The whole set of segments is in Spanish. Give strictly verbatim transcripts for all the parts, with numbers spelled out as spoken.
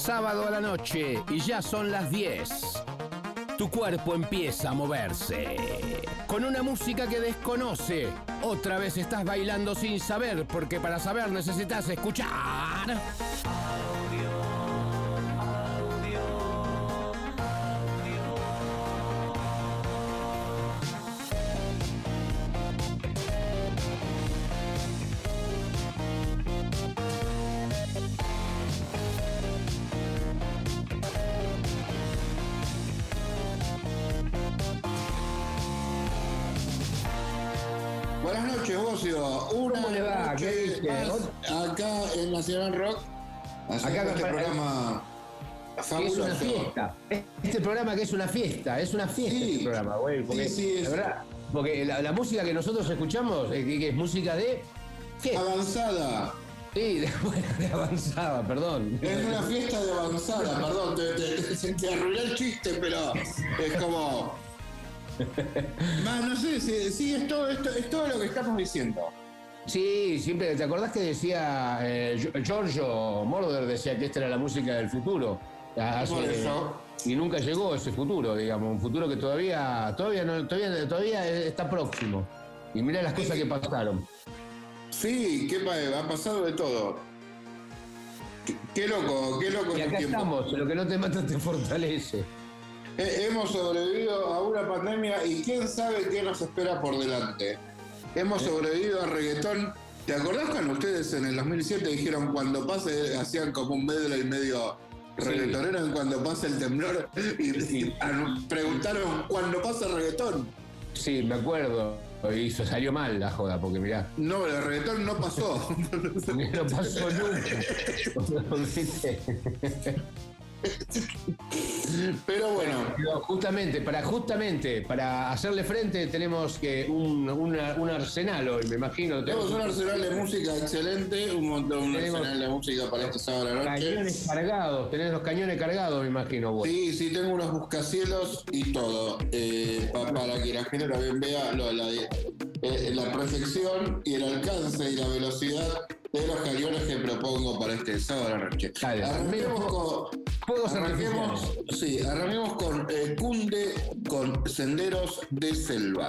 sábado a la noche y ya son las diez. Tu cuerpo empieza a moverse. Con una música que desconoce. Otra vez estás bailando sin saber, porque para saber necesitas escuchar. Audio, audio, audio. Buenas noches, Bocio. Una ¿Cómo le va? noche más acá en Nacional Rock. Acá este programa fabuloso. Es una fiesta. Este programa que es una fiesta, es una fiesta sí, este programa, güey. Porque, sí, sí, la verdad, porque la, la música que nosotros escuchamos es, que es música de fiesta. Avanzada. Sí, de, bueno, de avanzada, perdón. Es una fiesta de avanzada, perdón. Te, te, te, te arruiné el chiste, pero es como... Más, no sé, sí, sí es, todo, esto, es todo lo que estamos diciendo. Sí, siempre, ¿te acordás que decía eh, Giorgio Moroder decía que esta era la música del futuro? Hace, Por eso. Y nunca llegó ese futuro, digamos, un futuro que todavía, todavía, no, todavía, todavía está próximo. Y mirá las cosas que pasaron. Sí, ¿qué ha pasado de todo? Qué, qué loco, qué loco. Y acá estamos, lo que no te mata te fortalece. Eh, hemos sobrevivido a una pandemia y quién sabe qué nos espera por delante. Hemos sobrevivido a reggaetón. ¿Te acordás cuando ustedes en el dos mil siete dijeron cuando pase, hacían como un medley medio reggaetonero en cuando pase el temblor? Y, y preguntaron ¿cuándo pasa el reggaetón? Sí, me acuerdo. Y eso salió mal la joda, porque mirá. No, el reggaetón no pasó. No pasó nunca. Pero bueno. Pero justamente, para justamente, para hacerle frente tenemos que un, una, un arsenal hoy, me imagino. Tenemos un arsenal de música excelente, un montón, un tenemos arsenal de música para este sábado de la noche. Cañones cargados, tenés los cañones cargados, me imagino vos. Sí, sí, tengo unos buscacielos y todo, eh, pa, para que la gente también vea lo, la, eh, la perfección y el alcance y la velocidad de los cañones que propongo para este sábado de la noche. Dale, arranquemos con... Arranquemos, sí, arranquemos con eh, Cunde, con Senderos de Selva.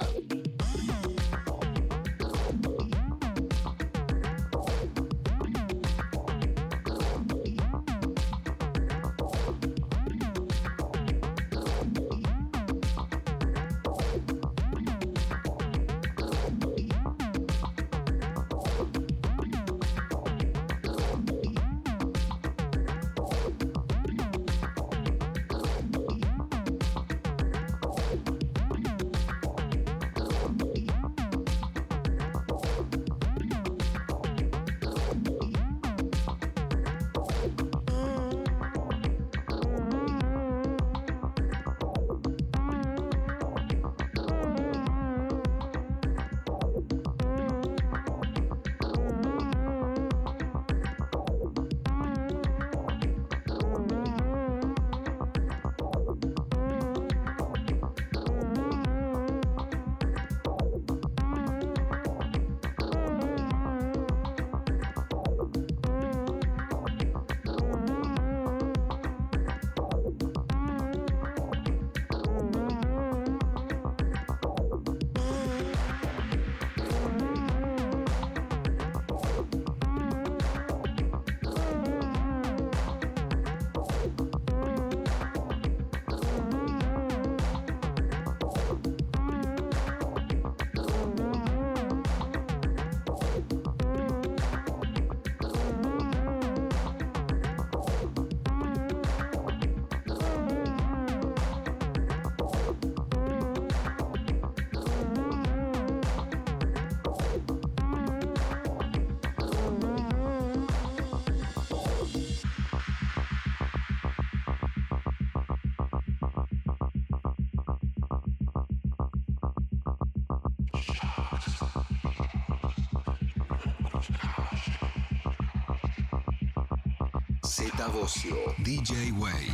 D J Way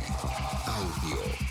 Audio.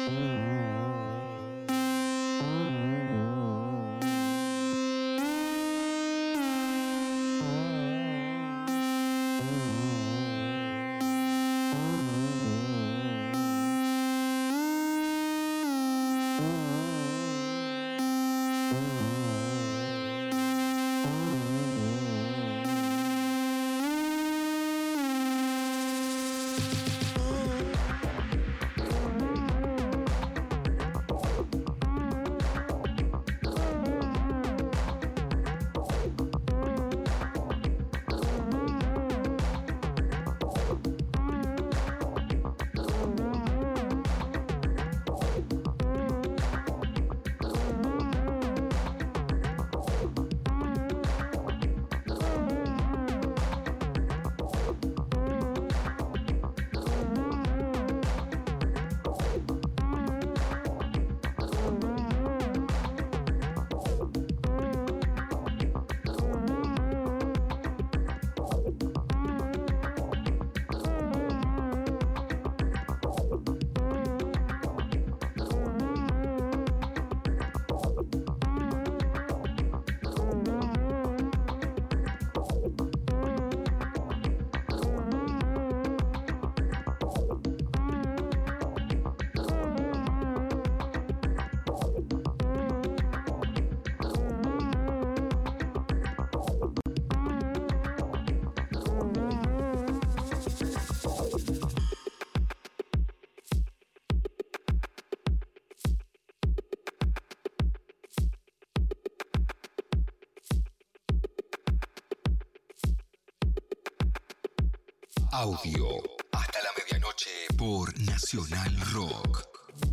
Audio hasta la medianoche por Nacional Rock.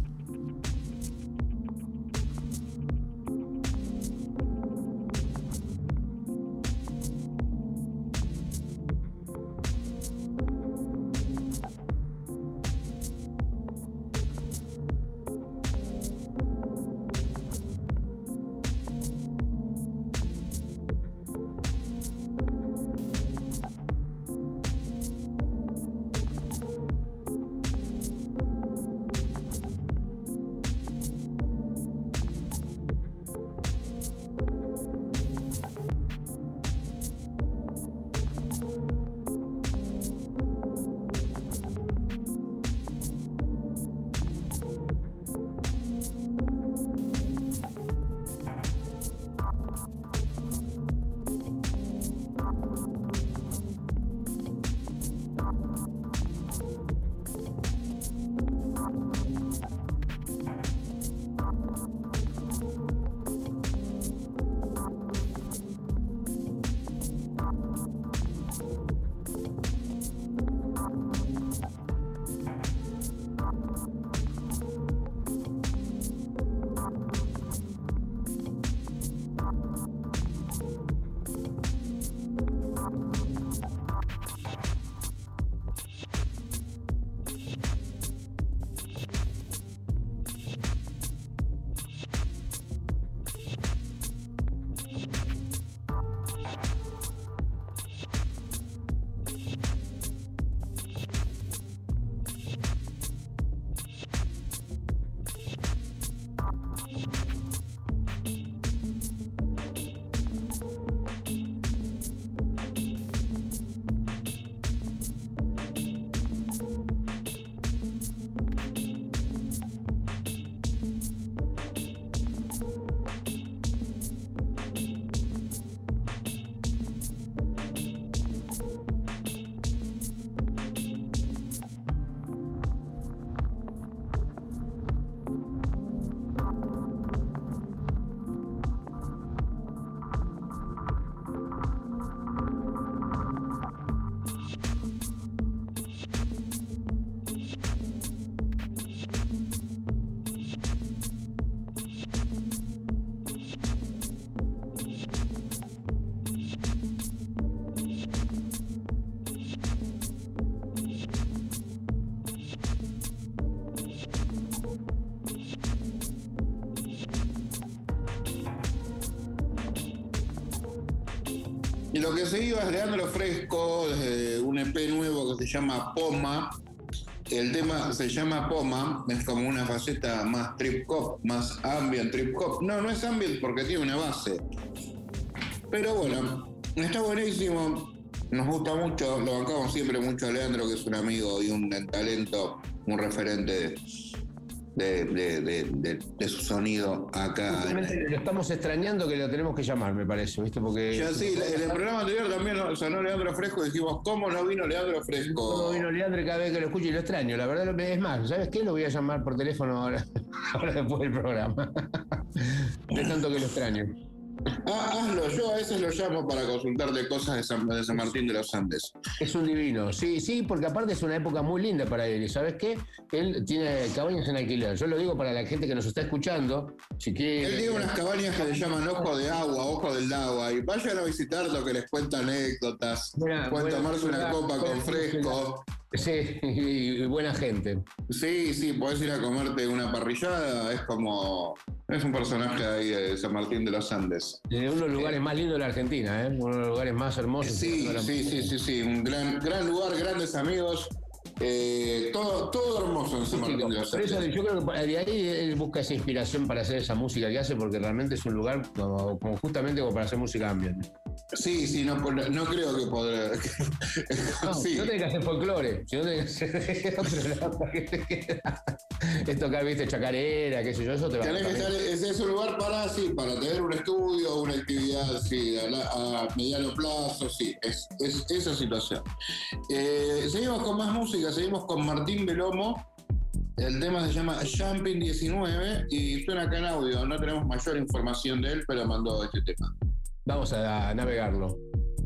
Y lo que seguía es Leandro Fresco, desde un E P nuevo que se llama Poma, El tema se llama Poma, es como una faceta más trip hop, más ambient trip hop. No, no es ambient porque tiene una base. Pero bueno, está buenísimo, nos gusta mucho, lo bancamos siempre mucho a Leandro, que es un amigo y un talento, un referente de, de, de, de, de su sonido acá. Lo estamos extrañando, que lo tenemos que llamar, me parece, ¿viste? Porque ya sí, en el programa anterior también sonó Leandro Fresco y dijimos, ¿cómo no vino Leandro Fresco? ¿Cómo vino Leandro? Cada vez que lo escucho y lo extraño, la verdad es más, ¿sabes qué? Lo voy a llamar por teléfono ahora, ahora después del programa. De tanto que lo extraño. Ah, hazlo, yo a veces lo llamo para consultarte cosas de San, de San Martín de los Andes. Es un divino, sí, sí, porque aparte es una época muy linda para él. ¿Y sabes qué? Él tiene cabañas en alquiler. Yo lo digo para la gente que nos está escuchando. Si quiere, él tiene unas cabañas que le llaman Ojo de Agua, Ojo del Agua, y vayan a visitarlo, que les cuenta anécdotas. Buena, pueden buena, tomarse una buena, copa con fresco. Sí, y buena gente. Sí, sí, podés ir a comerte una parrillada, es como... Es un personaje ahí de San Martín de los Andes. De uno de los lugares eh, más lindos de la Argentina, ¿eh? Uno de los lugares más hermosos. Sí, sí, sí, sí, sí, un gran, gran lugar, grandes amigos. Eh, todo, todo hermoso en San Martín de los Andes. Por eso yo creo que de ahí él busca esa inspiración para hacer esa música que hace, porque realmente es un lugar como, como justamente como para hacer música ambient. Sí, sí, no, no creo que podrá. No, sí. Si no tenés que hacer folclore, si no tenés que hacer otro lado, que te queda. Es tocar, viste, chacarera, qué sé yo, eso te va a estar. Ese es un lugar para, sí, para tener un estudio, una actividad, sí, a, la, a mediano plazo, sí, es, es esa situación. Eh, seguimos con más música, seguimos con Martín Belomo. El tema se llama Jumping diecinueve y suena acá en audio. No tenemos mayor información de él, pero mandó este tema. Vamos a navegarlo.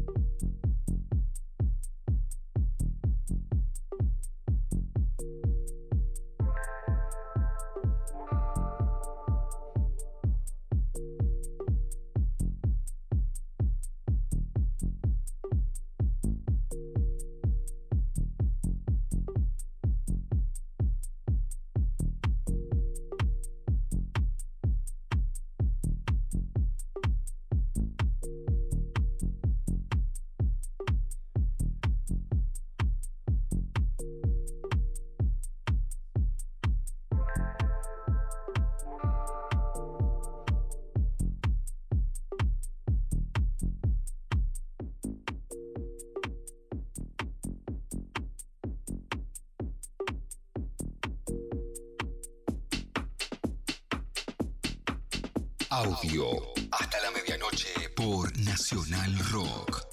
Audio hasta la medianoche por Nacional Rock.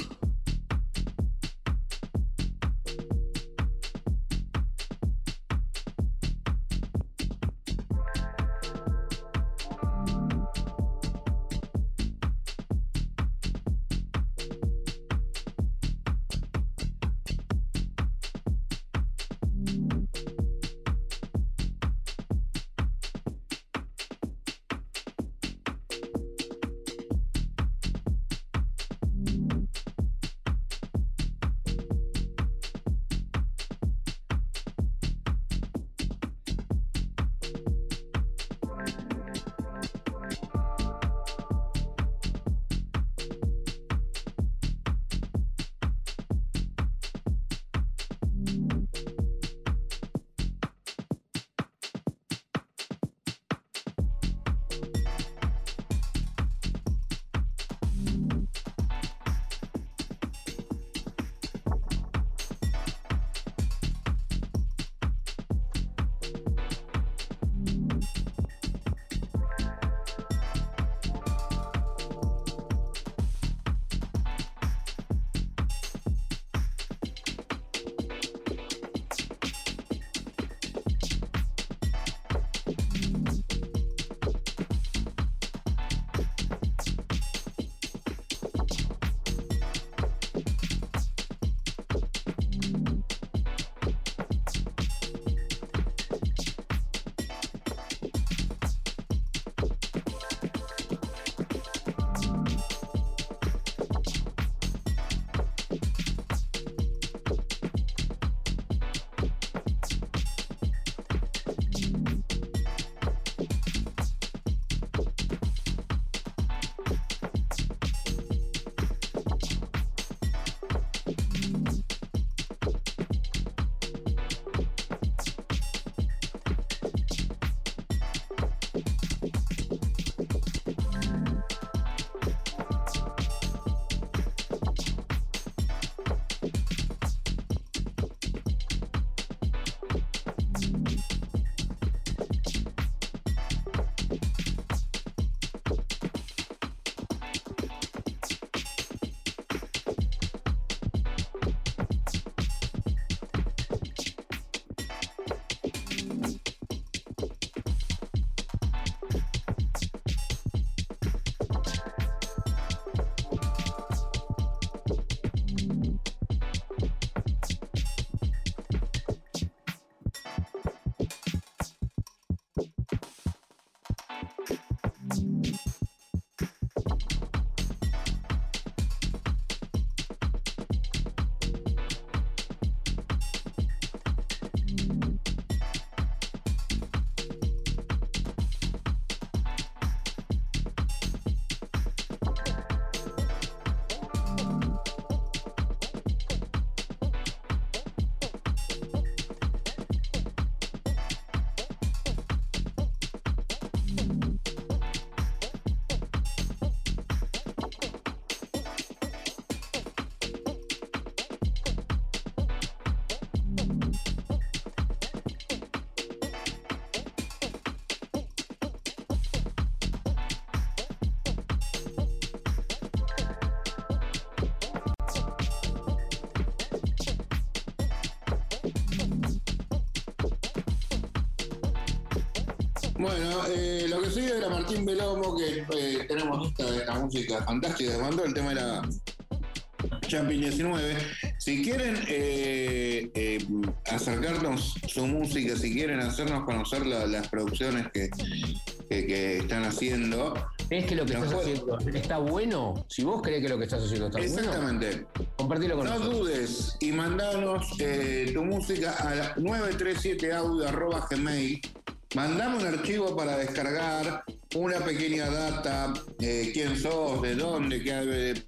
Bueno, eh, lo que sigue era Martín Belomo, que eh, tenemos esta, esta música fantástica que mandó, el tema era Jumping diecinueve. Si quieren eh, eh, acercarnos su música, si quieren hacernos conocer la, las producciones que, que, que están haciendo. ¿Crees que lo que estás puede... haciendo está bueno? Si vos crees que lo que estás haciendo está Exactamente. bueno, compartilo con no nosotros. No dudes y mandanos eh, tu música a nueve tres siete audio arroba gmail. Mandame un archivo para descargar, una pequeña data, eh, quién sos, de dónde, qué,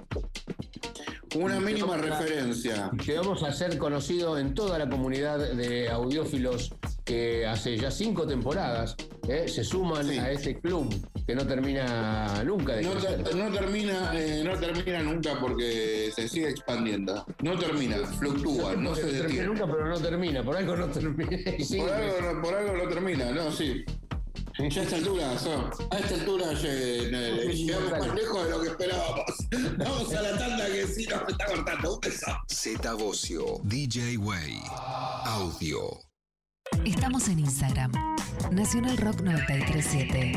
una mínima referencia. Te vamos a hacer conocido en toda la comunidad de audiófilos que hace ya cinco temporadas eh, se suman sí. a este club que no termina nunca de no, crecer. no termina eh, no termina nunca porque se sigue expandiendo. No termina, fluctúa, no, no se detiene. Termina nunca, pero no termina, por algo no termina. Sí, por, algo, no, por algo no termina, no, sí. Ya a esta altura, so, a esta altura llegamos más lejos de lo que esperábamos. Vamos a la tanda que sí nos está cortando. Un beso. Zeta Bocio, D J Way, audio. Estamos en Instagram, Nacional Rock noventa y tres punto siete.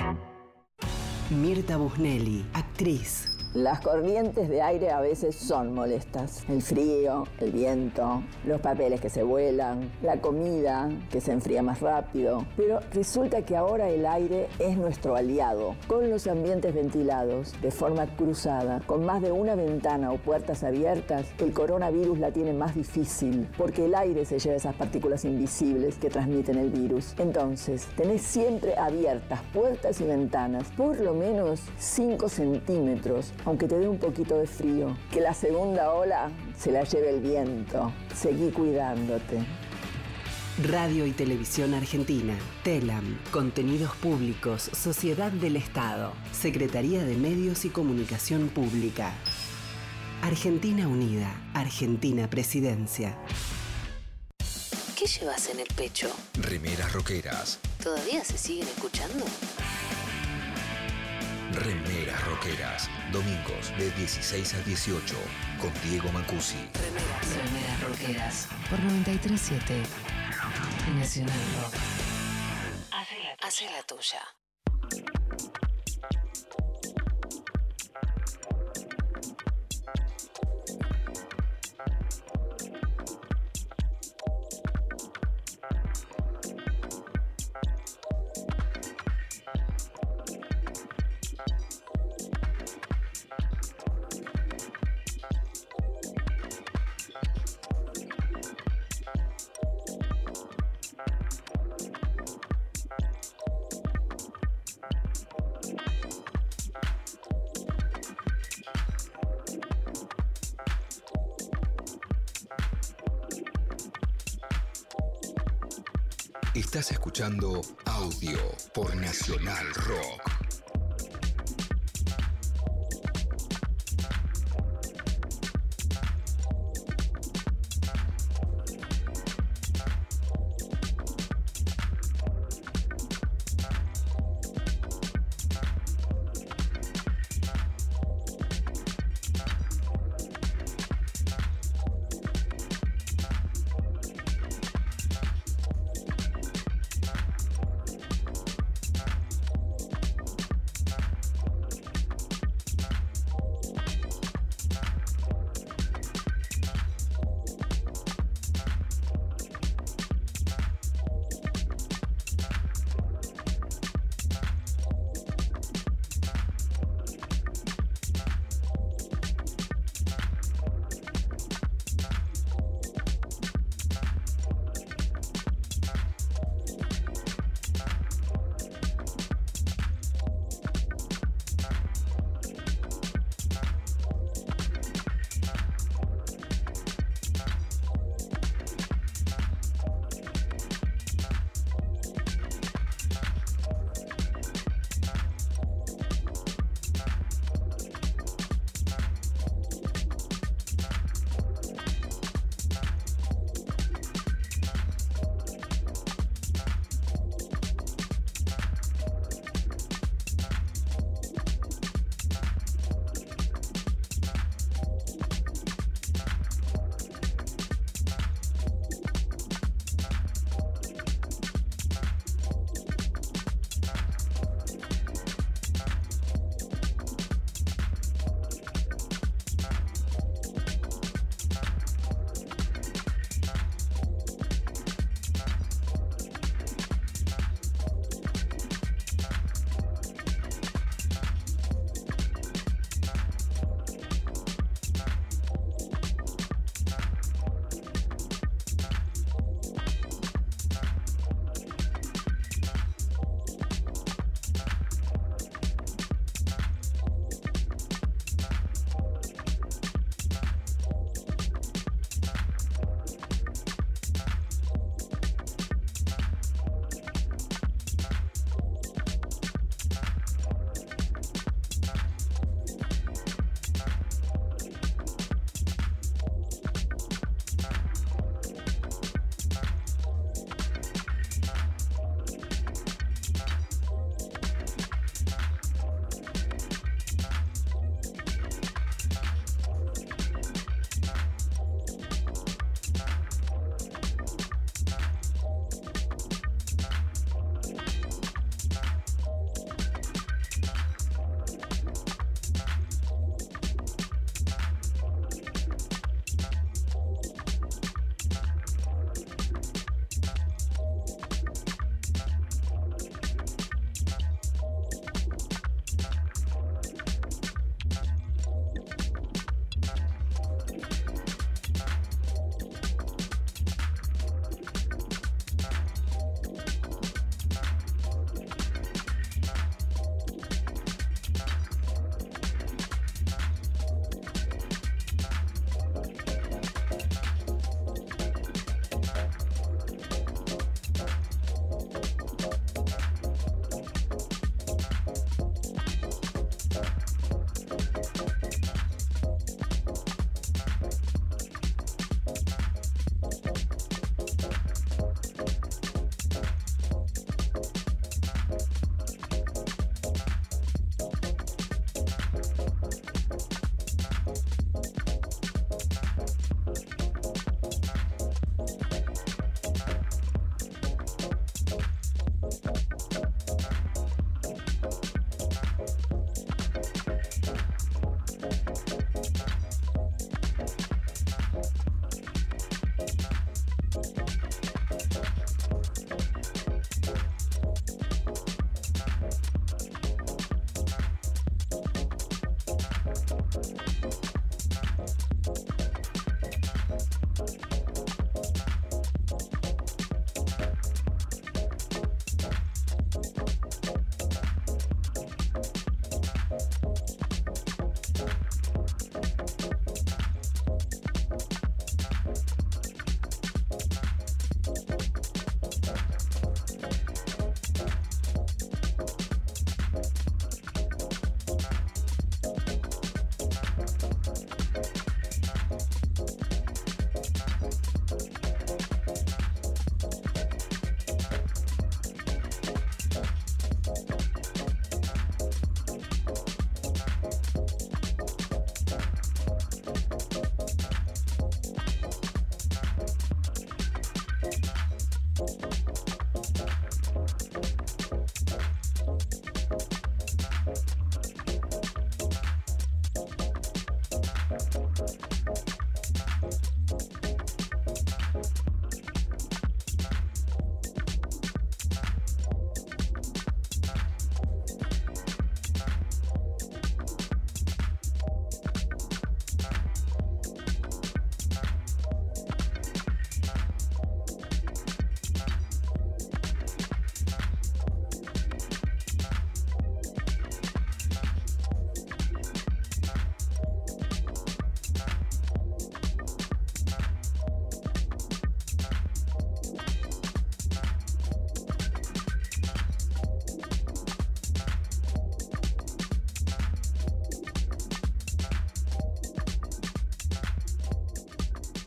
Mirta Busnelli, actriz. Las corrientes de aire a veces son molestas. El frío, el viento, los papeles que se vuelan, la comida que se enfría más rápido. Pero resulta que ahora el aire es nuestro aliado. Con los ambientes ventilados, de forma cruzada, con más de una ventana o puertas abiertas, el coronavirus la tiene más difícil, porque el aire se lleva esas partículas invisibles que transmiten el virus. Entonces, tenés siempre abiertas puertas y ventanas, por lo menos cinco centímetros, aunque te dé un poquito de frío. Que la segunda ola se la lleve el viento. Seguí cuidándote. Radio y Televisión Argentina, TELAM, Contenidos Públicos, Sociedad del Estado, Secretaría de Medios y Comunicación Pública. Argentina Unida, Argentina Presidencia. ¿Qué llevas en el pecho? Remeras rockeras. ¿Todavía se siguen escuchando? Remeras rockeras, domingos de dieciséis a dieciocho, con Diego Mancusi. Remeras, remeras rockeras, por noventa y tres punto siete, Nacional Rock. Hace la tuya. Estás escuchando Audio por Nacional Rock.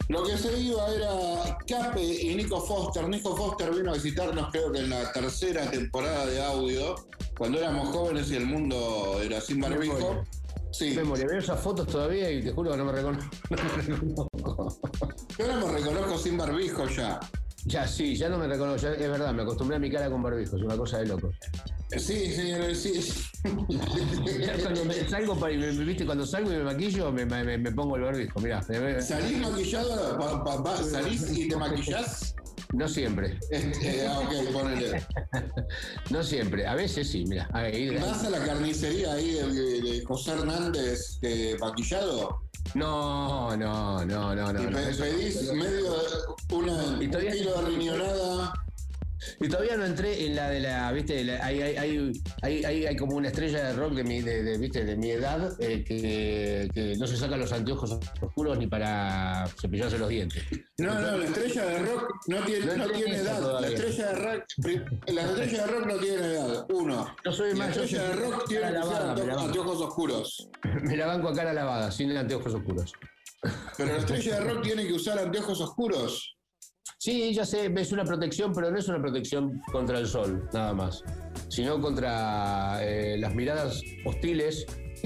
Lo que se iba era Cape y Nico Foster. Nico Foster vino a visitarnos, creo que en la tercera temporada de Audio, cuando éramos jóvenes y el mundo era sin barbijo. Sí. Memoria, veo esas fotos todavía y te juro que no me reconozco. No me reconozco. Yo no me reconozco sin barbijo ya. Ya, sí, ya no me reconozco. Ya, es verdad, me acostumbré a mi cara con barbijo, es una cosa de loco. Sí, señor, sí. Ya cuando me salgo, para, me, ¿viste? Cuando salgo y me maquillo, me, me, me pongo el barbijo, mirá. ¿Salís maquillado? Pa, pa, pa, ¿Salís y te maquillás? No siempre. Eh, ah, ok, ponele. No siempre, a veces sí, mira. ¿Vas a la carnicería ahí de, de, de José Hernández eh, maquillado? No, no, no, no, no. Y no, pedís eso, medio una, un kilo de riñonada. Y todavía no entré en la de la, viste, la, hay, hay, hay, hay, hay, hay como una estrella de rock de mi, de, de, viste, de mi edad eh, que, que no se saca los anteojos oscuros ni para cepillarse los dientes. No, no, la estrella de rock no tiene, no no tiene edad. Todavía. La estrella de rock, la estrella de rock no tiene edad. Uno. Yo soy la más, estrella yo de rock tiene que usar anteojos, anteojos oscuros. Me la banco a cara lavada, sin anteojos oscuros. Pero la estrella de rock tiene que usar anteojos oscuros. Sí, ya sé, es una protección, pero no es una protección contra el sol, nada más, sino contra eh, las miradas hostiles.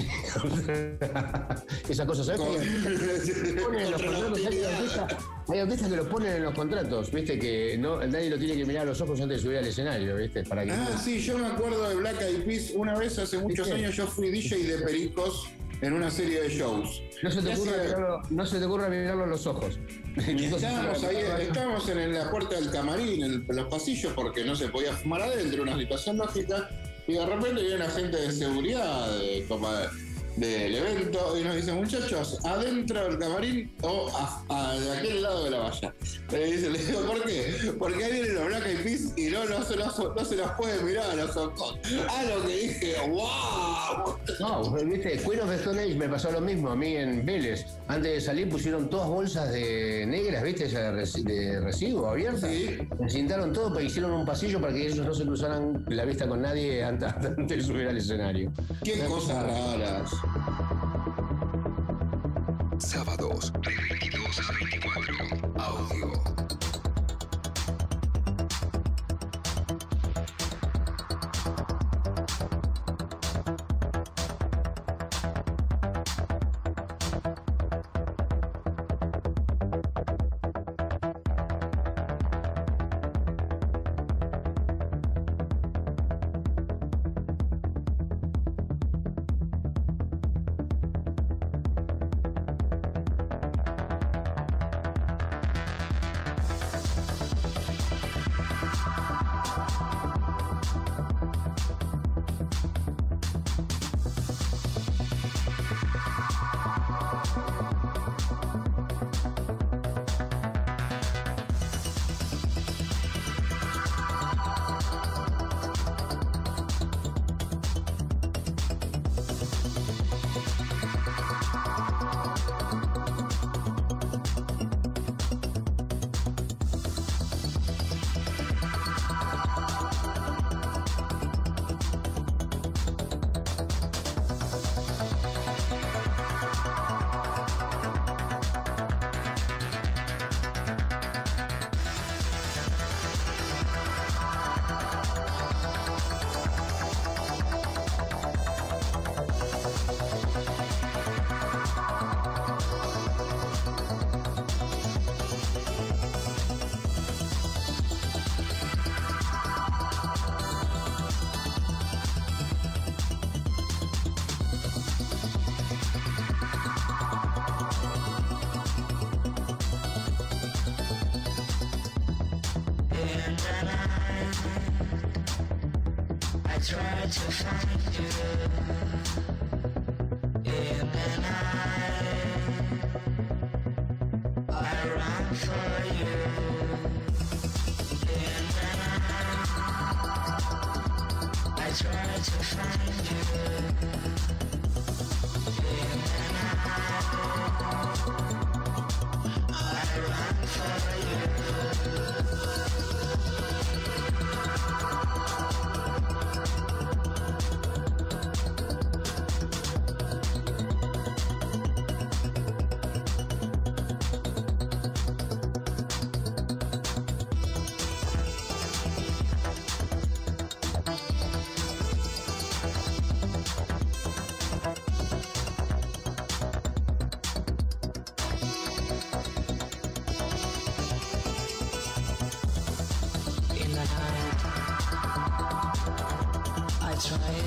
Esas cosas, ¿sabes? Ponen en los contratos, hay, autistas, hay autistas que lo ponen en los contratos, ¿viste? Que no, nadie lo tiene que mirar a los ojos antes de subir al escenario, ¿viste? Para que ah, no... sí, yo me acuerdo de Black Eyed Peas. Una vez, hace muchos ¿Viste? años, yo fui D J de Pericos en una serie de shows. No se te ocurra mirarlo, no se te ocurra mirarlo a los ojos. Estábamos ahí, estábamos en la puerta del camarín, en los pasillos, porque no se podía fumar adentro, una situación lógica, y de repente viene un agente de seguridad de, como del evento y nos dice, muchachos, adentro del camarín o a, a, de aquel lado de la valla. Le, dice, le digo, ¿por qué? Porque ahí vienen los Black Eyed Peas y no, no, se los, no se los puede mirar a los ojos. Ah, lo que dije, ¡wow! No, viste, Queen of the Stone Age me pasó lo mismo a mí en Vélez. Antes de salir pusieron todas bolsas de negras, viste, de, reci de recibo abiertas. Sí. Me cintaron todo, pero hicieron un pasillo para que ellos no se cruzaran la vista con nadie antes, antes de subir al escenario. Qué Una cosas raras. Sábados de veintidós a veinticuatro. Audio.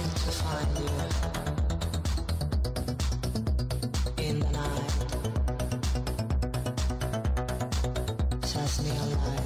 to find you in the night. Sets me alive.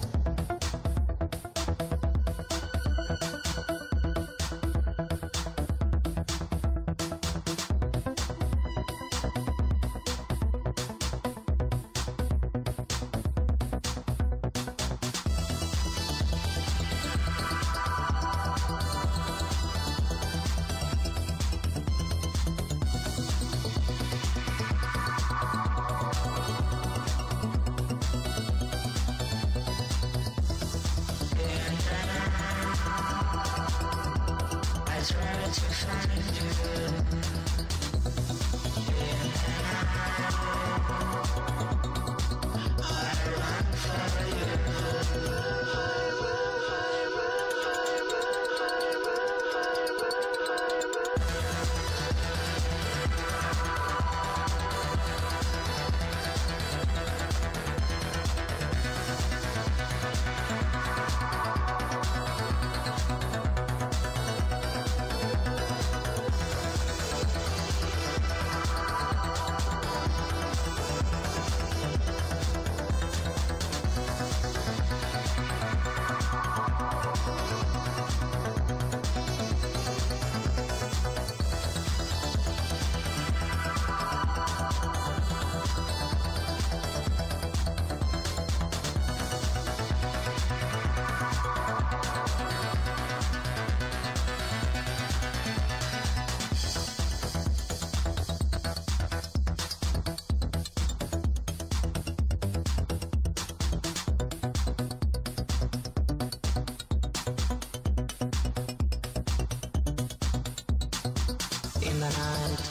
In the night,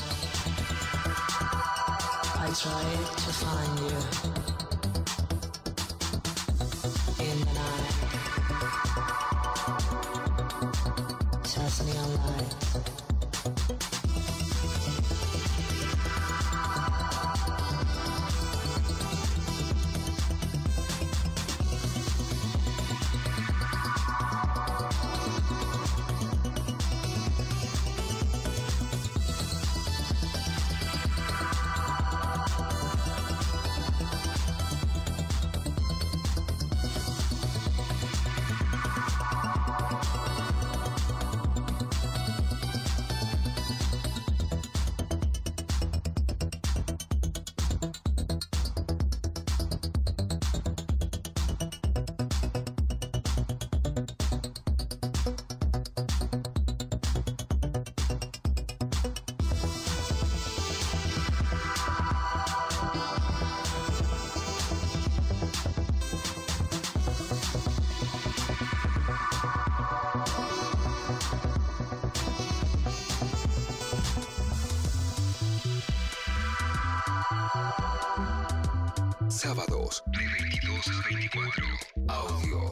I tried to find you. In the night, sets me alight. Sábados de veintidós a veinticuatro. Audio.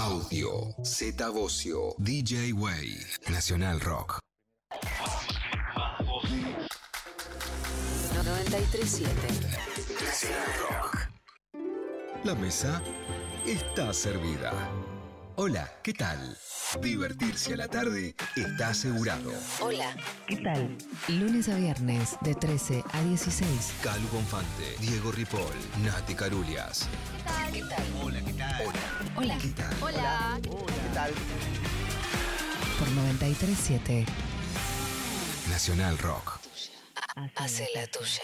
Audio, Z Bocio, D J Way, Nacional Rock. noventa y tres punto siete. Nacional Rock. La mesa está servida. Hola, ¿qué tal? Divertirse a la tarde está asegurado. Hola, ¿qué tal? Lunes a viernes de trece a dieciséis. Calu Bonfante, Diego Ripoll, Nati Carulias. ¿Qué tal? Hola, ¿qué tal? Hola. Hola. ¿Qué tal? Hola. ¿Qué tal? Por noventa y tres punto siete. Nacional Rock. Hace la tuya.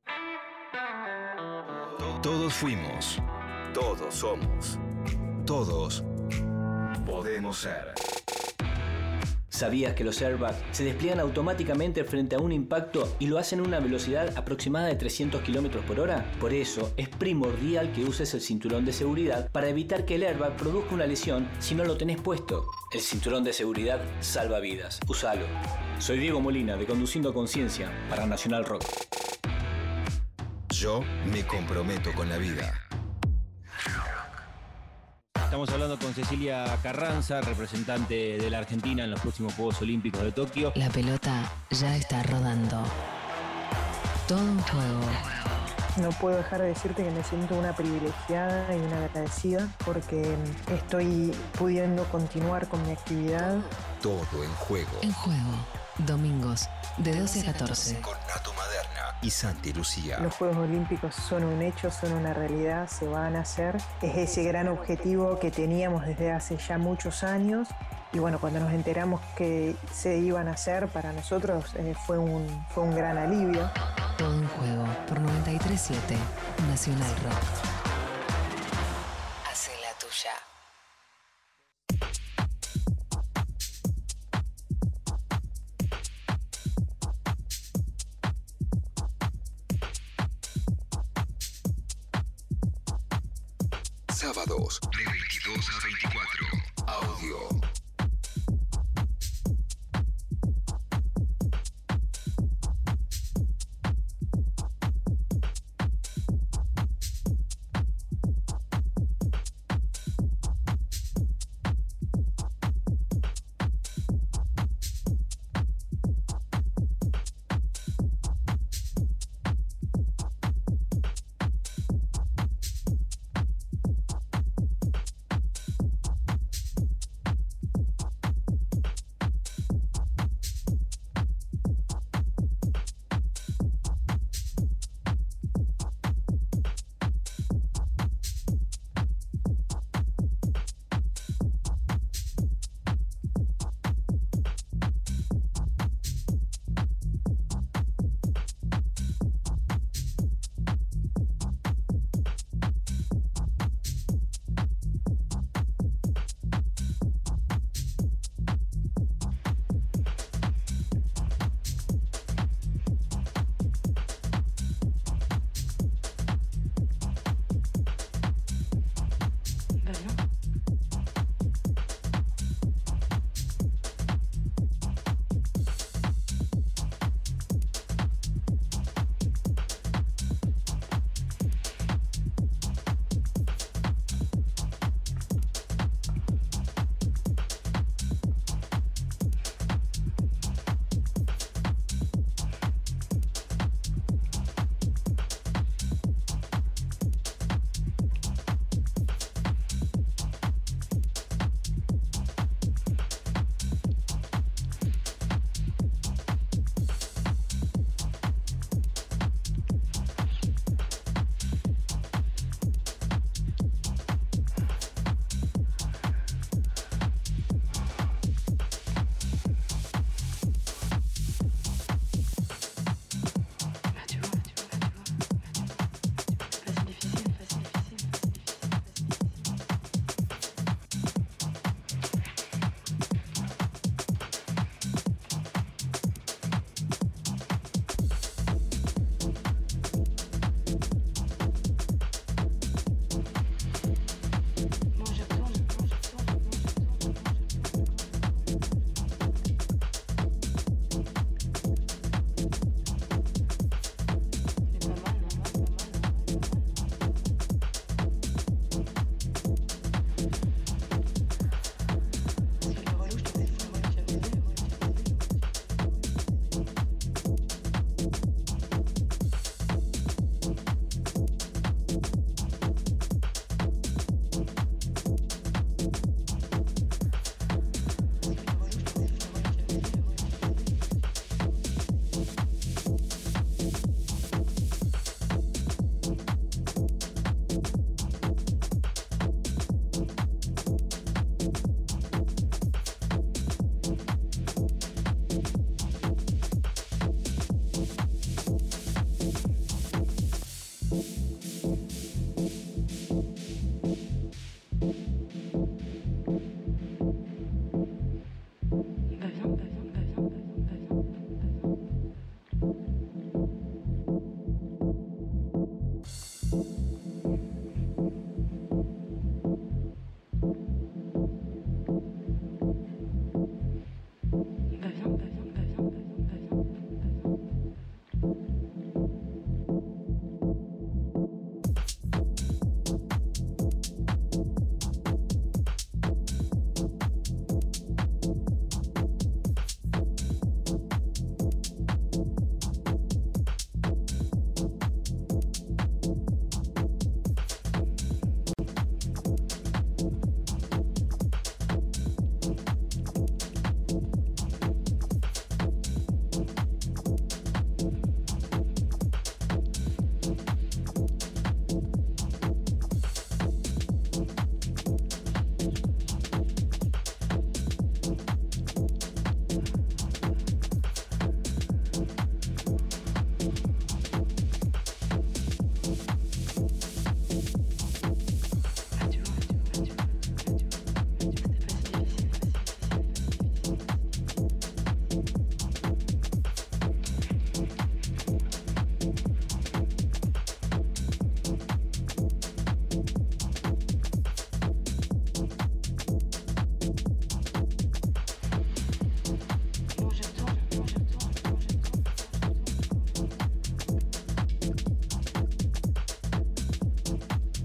Todos fuimos. Todos somos. Todos podemos ser. ¿Sabías que los airbags se despliegan automáticamente frente a un impacto y lo hacen a una velocidad aproximada de trescientos kilómetros por hora? Por eso es primordial que uses el cinturón de seguridad para evitar que el airbag produzca una lesión si no lo tenés puesto. El cinturón de seguridad salva vidas. Usalo. Soy Diego Molina de Conduciendo a Conciencia para Nacional Rock. Yo me comprometo con la vida. Estamos hablando con Cecilia Carranza, representante de la Argentina en los próximos Juegos Olímpicos de Tokio. La pelota ya está rodando. Todo un juego. No puedo dejar de decirte que me siento una privilegiada y una agradecida porque estoy pudiendo continuar con mi actividad. Todo en juego. En juego. Domingos de doce a catorce. Con Nato Maderna y Santi Lucía. Los Juegos Olímpicos son un hecho, son una realidad, se van a hacer. Es ese gran objetivo que teníamos desde hace ya muchos años. Y bueno, cuando nos enteramos que se iban a hacer, para nosotros eh, fue, un, fue un gran alivio. Todo un juego por noventa y tres punto siete. Nacional Rock. Hace la tuya. Sábados de veintidós a veinticuatro. Audio.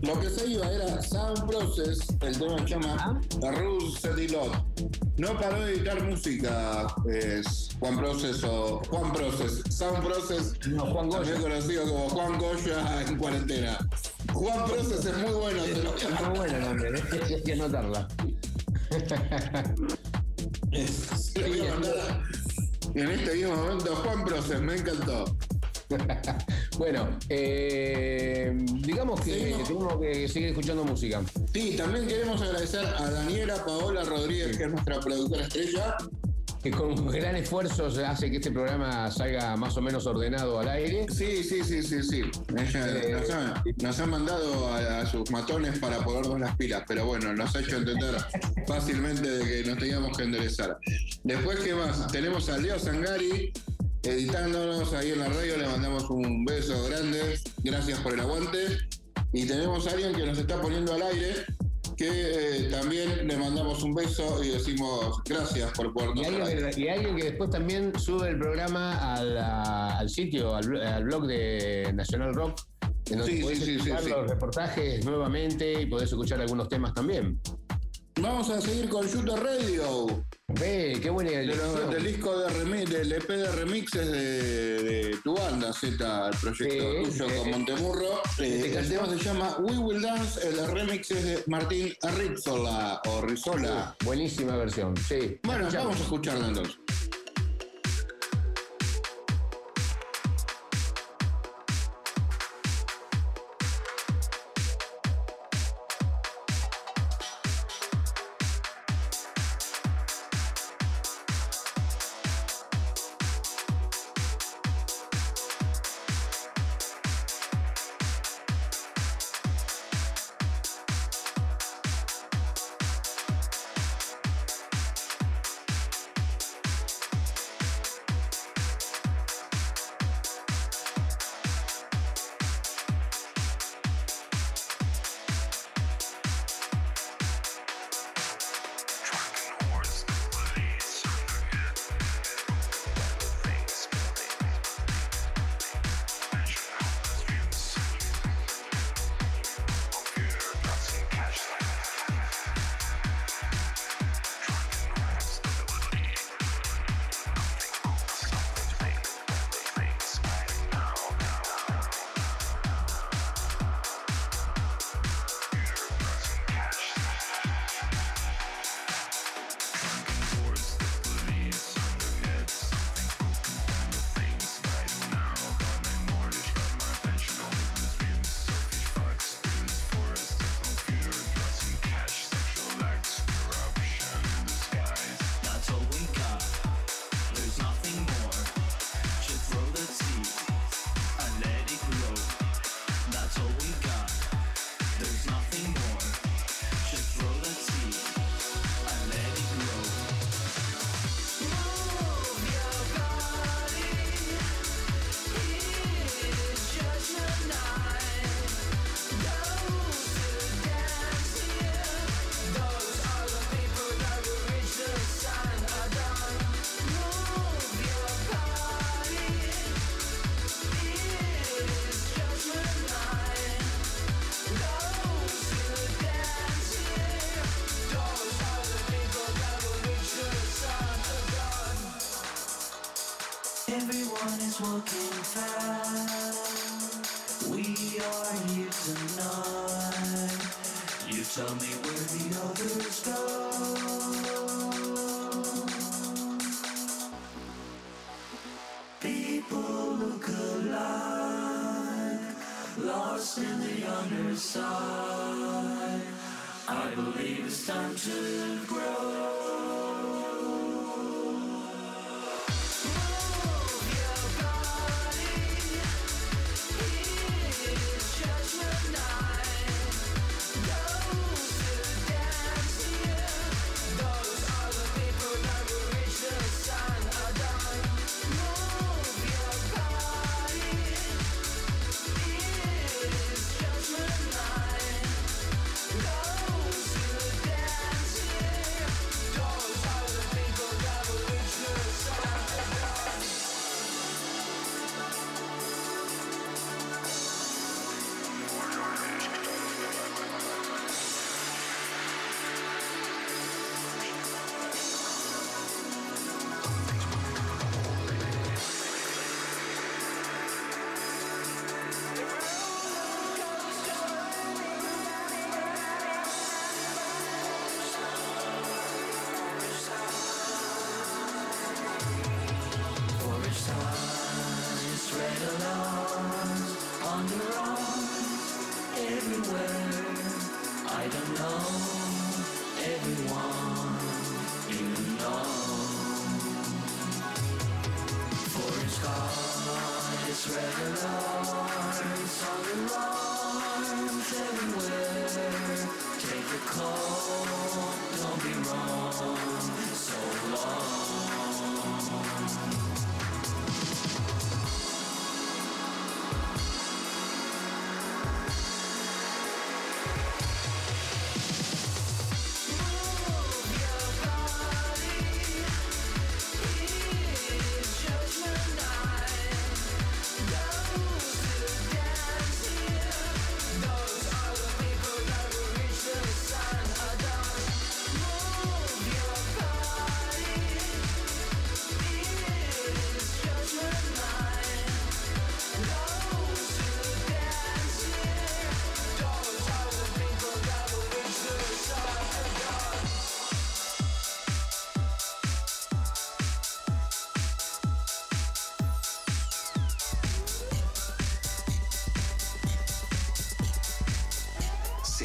Lo que se iba era Sound Process, el tema se llama Rules Setilot. No paró de editar música, es Juan Process o Juan Process, Sound Process, no, Juan Goya, también conocido como Juan Goya en cuarentena. Juan Process es muy bueno, es, se lo... es muy bueno el nombre, hay que anotarla. Se lo voy a mandar en este mismo momento. Juan Process, me encantó. Bueno, eh, digamos que sí, no. tenemos que seguir escuchando música. Sí, también queremos agradecer a Daniela Paola Rodríguez, que es nuestra productora estrella, que con gran esfuerzo se hace que este programa salga más o menos ordenado al aire. Sí, sí, sí, sí, sí. Ella eh, nos, ha, nos ha mandado a, a sus matones para ponernos las pilas, pero bueno, nos ha hecho entender fácilmente de que nos teníamos que enderezar. Después, ¿qué más? Tenemos a Leo Zangari editándonos ahí en la radio, le mandamos un beso grande, gracias por el aguante. Y tenemos a alguien que nos está poniendo al aire, que eh, también le mandamos un beso y decimos gracias por ponernos y alguien, que, y alguien que después también sube el programa al, a, al sitio, al, al blog de Nacional Rock, en donde sí, podés sí, escuchar sí, los sí. reportajes nuevamente y podés escuchar algunos temas también. Vamos a seguir con Yuto Radio. Ve, qué buena elección. Del disco de remix, del E P de remixes de, de tu banda, Z, el proyecto sí, tuyo sí, con Montemurro. Eh, el tema se llama We Will Dance, el remix es de Martín Rizzola o Rizzola. Sí, buenísima versión, sí. Bueno, vamos a escucharla entonces. Everyone is walking fast. We are here tonight. You tell me where the others go. People look alike, lost in the underside. I believe it's time to grow. Don't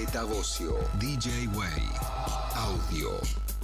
Z Bocio, D J Way, audio.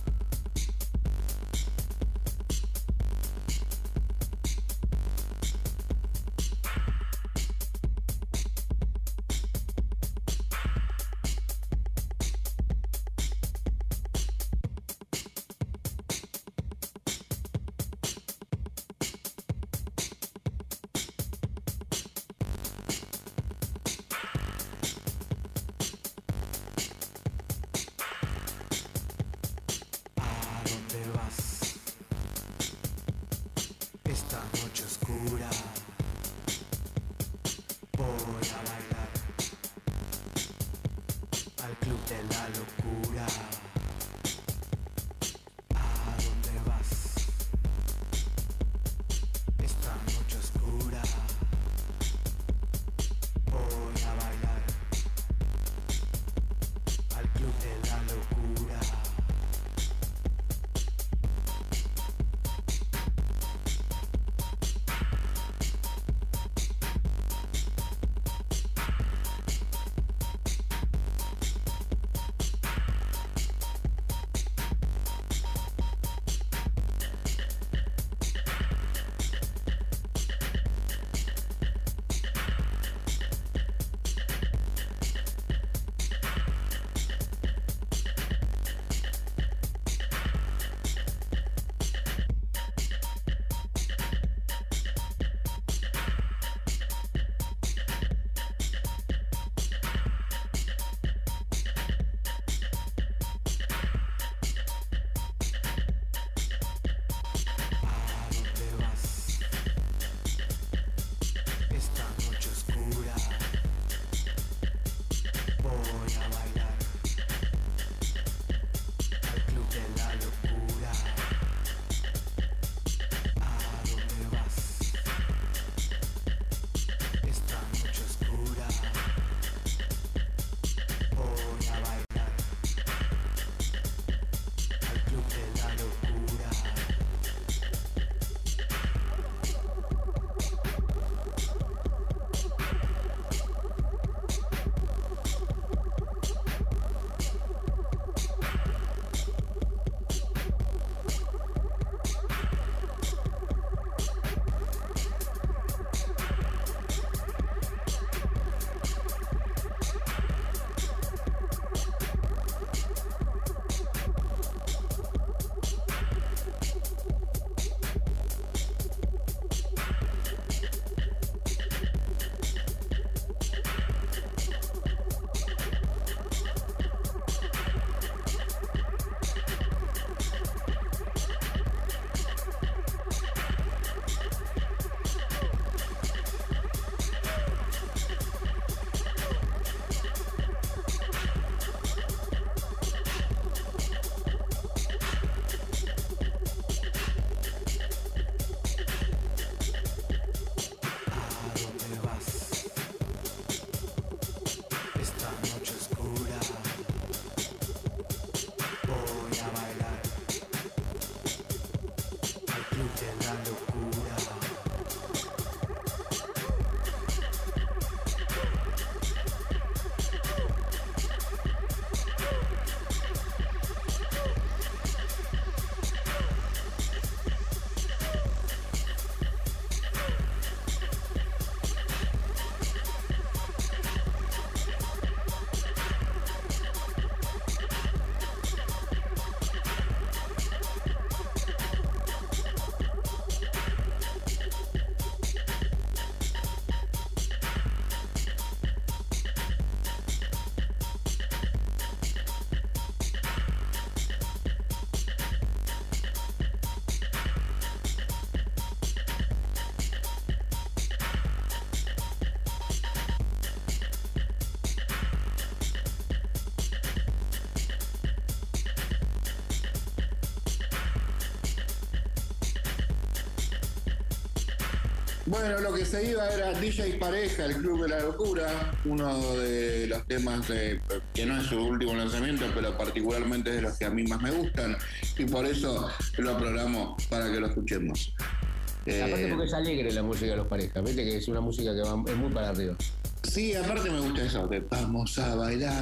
Bueno, lo que se iba era D J Pareja, el Club de la Locura, uno de los temas de, que no es su último lanzamiento, pero particularmente es de los que a mí más me gustan, y por eso lo programo para que lo escuchemos. Aparte Eh, porque es alegre la música de los Parejas, viste que es una música que va, es muy para arriba. Sí, aparte me gusta eso, de vamos a bailar,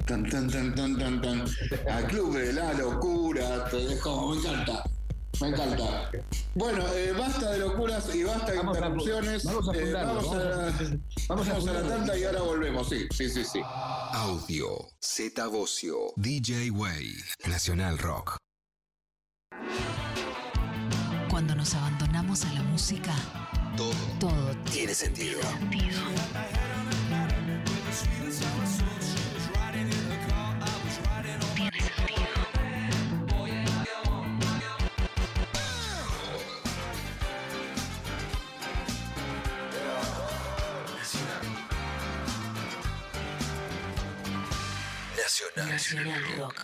Tan, tan, tan, tan, tan, tan. Al club de la locura, te dejo, me encanta. Me encanta. Bueno, eh, basta de locuras y basta de Vamos a- interrupciones. vamos a Eh, fundarlo, vamos, vamos a, a- vamos, vamos a a la fundarlo. tanda y ahora volvemos. Sí, sí, sí, sí. Audio, Z Bocio, D J Way, Nacional Rock. Cuando nos abandonamos a la música, Todo, todo tiene sentido. tiene sentido. Nacional. Nacional Rock.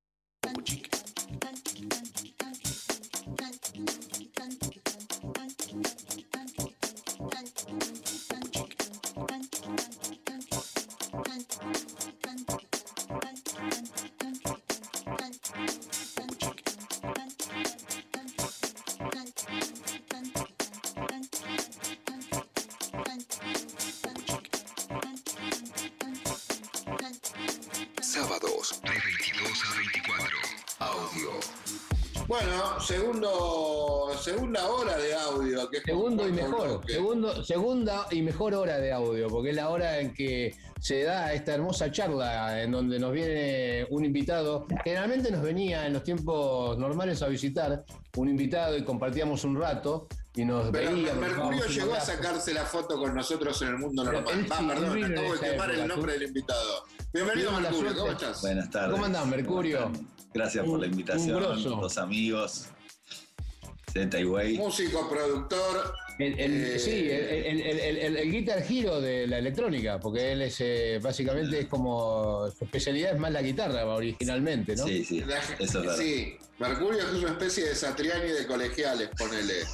Sábados, de veintidós a veinticuatro. Audio. Bueno, segundo, segunda hora de audio. Que es Segundo y cuarto mejor, bloque. segundo, segunda y mejor hora de audio, porque es la hora en que se da esta hermosa charla en donde nos viene un invitado. Generalmente nos venía en los tiempos normales a visitar un invitado y compartíamos un rato y nos Pero veíamos. Mercurio tomábamos un llegó a abrazo. sacarse la foto con nosotros en el mundo Pero normal. él Va, sí, perdón, él vino acabo en de esa quemar el época, nombre tú- del invitado. Bienvenido, Tuvimos la Mercurio, ¿cómo suerte. estás? Buenas tardes. ¿Cómo andás, Mercurio? ¿Cómo están? Gracias por la Un- un invitación, grosso. los amigos. Z y Way. Músico, productor. El, el- Eh, sí, el, el, el, el- el- el Guitar Hero de la electrónica, porque él es eh, básicamente es como su especialidad es más la guitarra originalmente, ¿no? Sí, sí, La- eso es verdad. sí, Mercurio es una especie de Satriani de colegiales, ponele.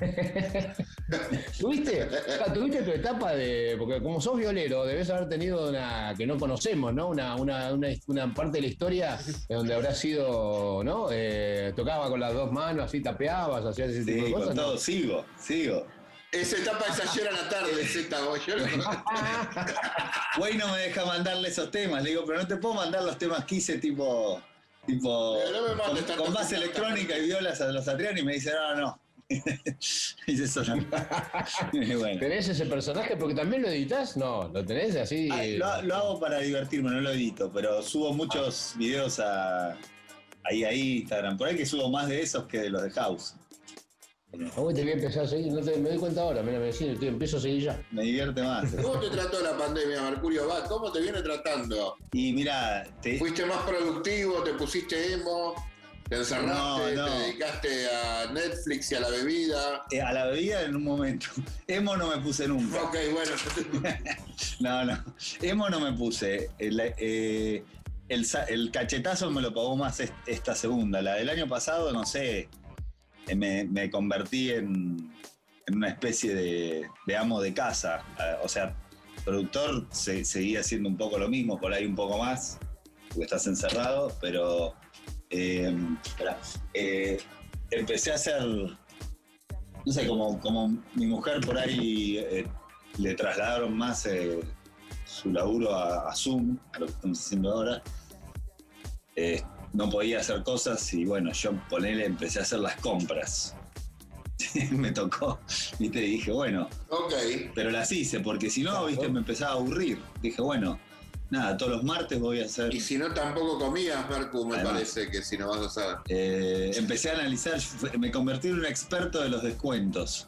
¿Tuviste? Ah, ¿Tuviste tu etapa de.? Porque como sos violero, debes haber tenido una. que no conocemos, ¿no? Una, una, una, una parte de la historia en donde habrás sido, ¿no? Eh, tocaba con las dos manos, así tapeabas, hacías ese tipo Sí, de con cosas. todo, ¿no? sigo, sigo. Esa etapa es ayer a la tarde, Z, vos, yo lo- Way no me deja mandarle esos temas. Le digo, pero no te puedo mandar los temas que hice tipo. tipo Pero no me mandes con, tanto con base tema. electrónica y violas a los Satriani y me dice, no, no. Dice eso no. Y bueno. ¿Tenés ese personaje? Porque también lo editas, no, lo tenés así. Ah, lo, lo hago para divertirme, no lo edito, pero subo muchos videos a, ahí a Instagram. Por ahí que subo más de esos que de los de House. ¿Cómo te voy a empezar a seguir? No te, me doy cuenta ahora, mira, me decís, te empiezo a seguir ya. Me divierte más. ¿Cómo te trató la pandemia, Mercurio? Va, ¿cómo te viene tratando? Y mira, te, ¿Fuiste más productivo? ¿Te pusiste emo? ¿Te encerraste? No, no. ¿Te dedicaste a Netflix y a la bebida? eh, a la bebida en un momento. Emo no me puse nunca. Ok, bueno. No, no. Emo no me puse. El, eh, el, sa- el cachetazo me lo pagó más est- esta segunda. La del año pasado, no sé. eh, Me, me convertí en, en una especie de, de amo de casa. Eh, O sea, productor se, seguía haciendo un poco lo mismo, por ahí un poco más, porque estás encerrado, pero eh, espera, eh, empecé a hacer, no sé, como, como mi mujer por ahí eh, le trasladaron más eh, su laburo a, a Zoom, a lo que estamos haciendo ahora. Eh, no podía hacer cosas y bueno, yo ponele, empecé a hacer las compras. Me tocó, viste, y dije, bueno, Ok. pero las hice, porque si no, viste, me empezaba a aburrir. Dije, bueno, nada, todos los martes voy a hacer. Y si no, tampoco comías, Mercu, me Además. parece que si no vas a saber. Eh, empecé a analizar, me convertí en un experto de los descuentos.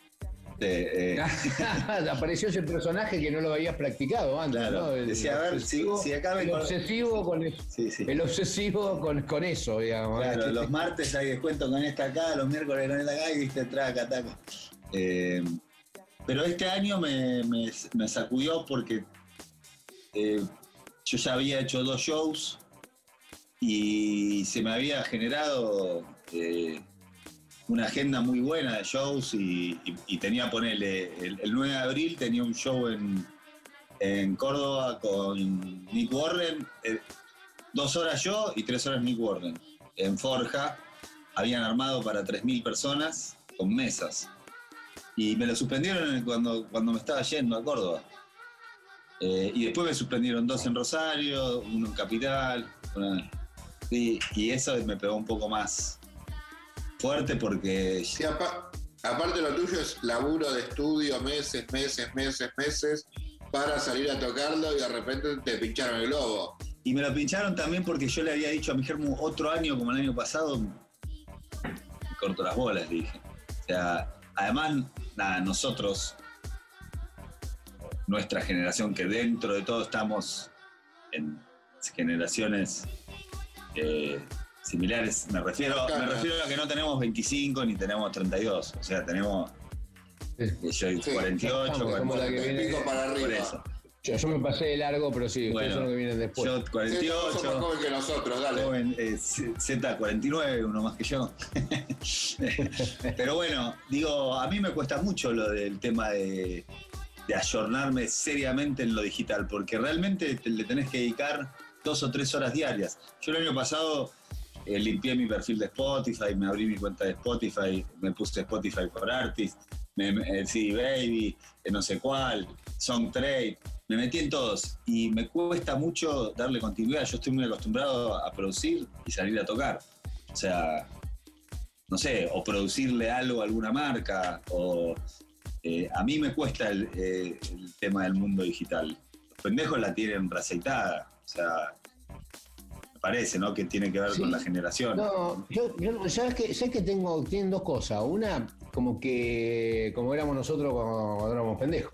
Eh, eh, Apareció ese personaje que no lo habías practicado antes, Claro, ¿no? El decía, a ver, si- obsesivo- si acá me el con- obsesivo con eso. sí, sí. El obsesivo con, con eso, digamos. Claro, ¿eh? los martes hay descuento con esta acá, los miércoles con esta acá y viste, traca, taca. Eh, pero este año me, me- me sacudió porque eh, yo ya había hecho dos shows y se me había generado eh, una agenda muy buena de shows y, y- y tenía, ponerle, el, el nueve de abril tenía un show en, en Córdoba con Nick Warren, eh, dos horas yo y tres horas Nick Warren. En Forja habían armado para tres mil personas con mesas. Y me lo suspendieron cuando, cuando me estaba yendo a Córdoba. Eh, y después me suspendieron dos en Rosario, uno en Capital. Una, y, y eso me pegó un poco más fuerte porque... Sí, apa- aparte lo tuyo es laburo de estudio, meses, meses, meses, meses, para salir a tocarlo y de repente te pincharon el globo. Y me lo pincharon también porque yo le había dicho a mi Germu otro año como el año pasado, me corto las bolas, dije. O sea, además, nada, nosotros, nuestra generación, que dentro de todo estamos en generaciones eh, similares, me refiero, me refiero a que no tenemos veinticinco ni tenemos treinta y dos, o sea, tenemos eh, yo Sí, cuarenta y ocho, como la que viene pico para arriba. por eso. Yo, yo me pasé de largo, pero sí, ustedes Bueno, son los que vienen después. Yo cuarenta y ocho, Sí, sos más joven que nosotros, dale. joven, eh, Z cuarenta y nueve, uno más que yo. Pero bueno, digo, a mí me cuesta mucho lo del tema de, de ayornarme seriamente en lo digital, porque realmente te, le tenés que dedicar dos o tres horas diarias. Yo el año pasado eh, limpié mi perfil de Spotify, me abrí mi cuenta de Spotify, me puse Spotify for Artists, me, me, C D Baby, eh, no sé cuál, Songtrade. Me metí en todos y me cuesta mucho darle continuidad. Yo estoy muy acostumbrado a producir y salir a tocar. O sea, no sé, o producirle algo a alguna marca, o eh, a mí me cuesta el, eh, el tema del mundo digital. Los pendejos la tienen reaceitada. O sea, me parece, ¿no? Que tiene que ver Sí. con la generación. No, yo, yo ¿sabes que ¿sabes que tengo? Tienen dos cosas. Una, como que como éramos nosotros cuando, cuando éramos pendejos.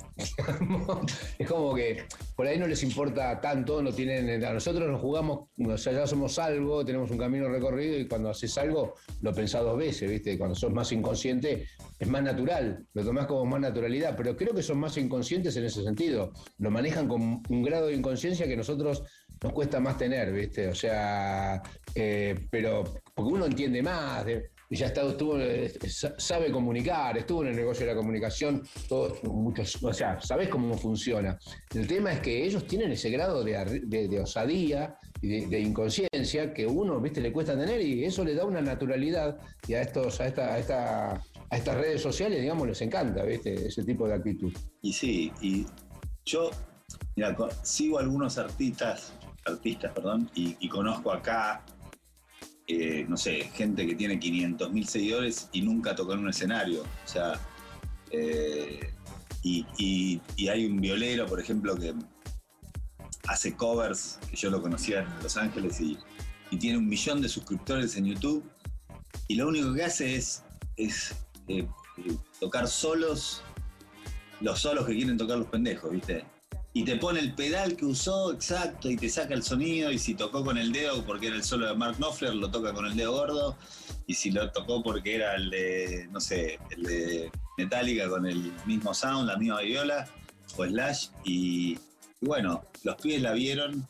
Es como que por ahí no les importa tanto, no tienen. A nosotros nos jugamos, o sea, ya somos algo, tenemos un camino recorrido y cuando haces algo lo pensás dos veces, ¿viste? Cuando sos más inconsciente es más natural, lo tomás como más naturalidad, pero creo que son más inconscientes en ese sentido. Lo manejan con un grado de inconsciencia que nosotros nos cuesta más tener, ¿viste? O sea, eh, pero porque uno entiende más, de, y ya está, estuvo, eh, sabe comunicar, estuvo en el negocio de la comunicación, todo, muchos, o sea, sabés cómo funciona. El tema es que ellos tienen ese grado de, de, de osadía y de, de inconsciencia que uno, ¿viste?, le cuesta tener y eso le da una naturalidad y a estos, a esta, a esta, a estas redes sociales, digamos, les encanta, ¿viste?, ese tipo de actitud. Y sí, y yo, mira, sigo algunos artistas, artistas, perdón, y, y conozco acá, eh, no sé, gente que tiene quinientos mil seguidores y nunca tocó en un escenario. O sea, eh, y, y, y hay un violero, por ejemplo, que hace covers, que yo lo conocía en Los Ángeles, y, y tiene un millón de suscriptores en YouTube, y lo único que hace es, es eh, eh, tocar solos, los solos que quieren tocar los pendejos, ¿viste? Y te pone el pedal que usó exacto y te saca el sonido, y si tocó con el dedo porque era el solo de Mark Knopfler, lo toca con el dedo gordo, y si lo tocó porque era el de, no sé, el de Metallica con el mismo sound, la misma viola, o Slash, y, y bueno, los pibes la vieron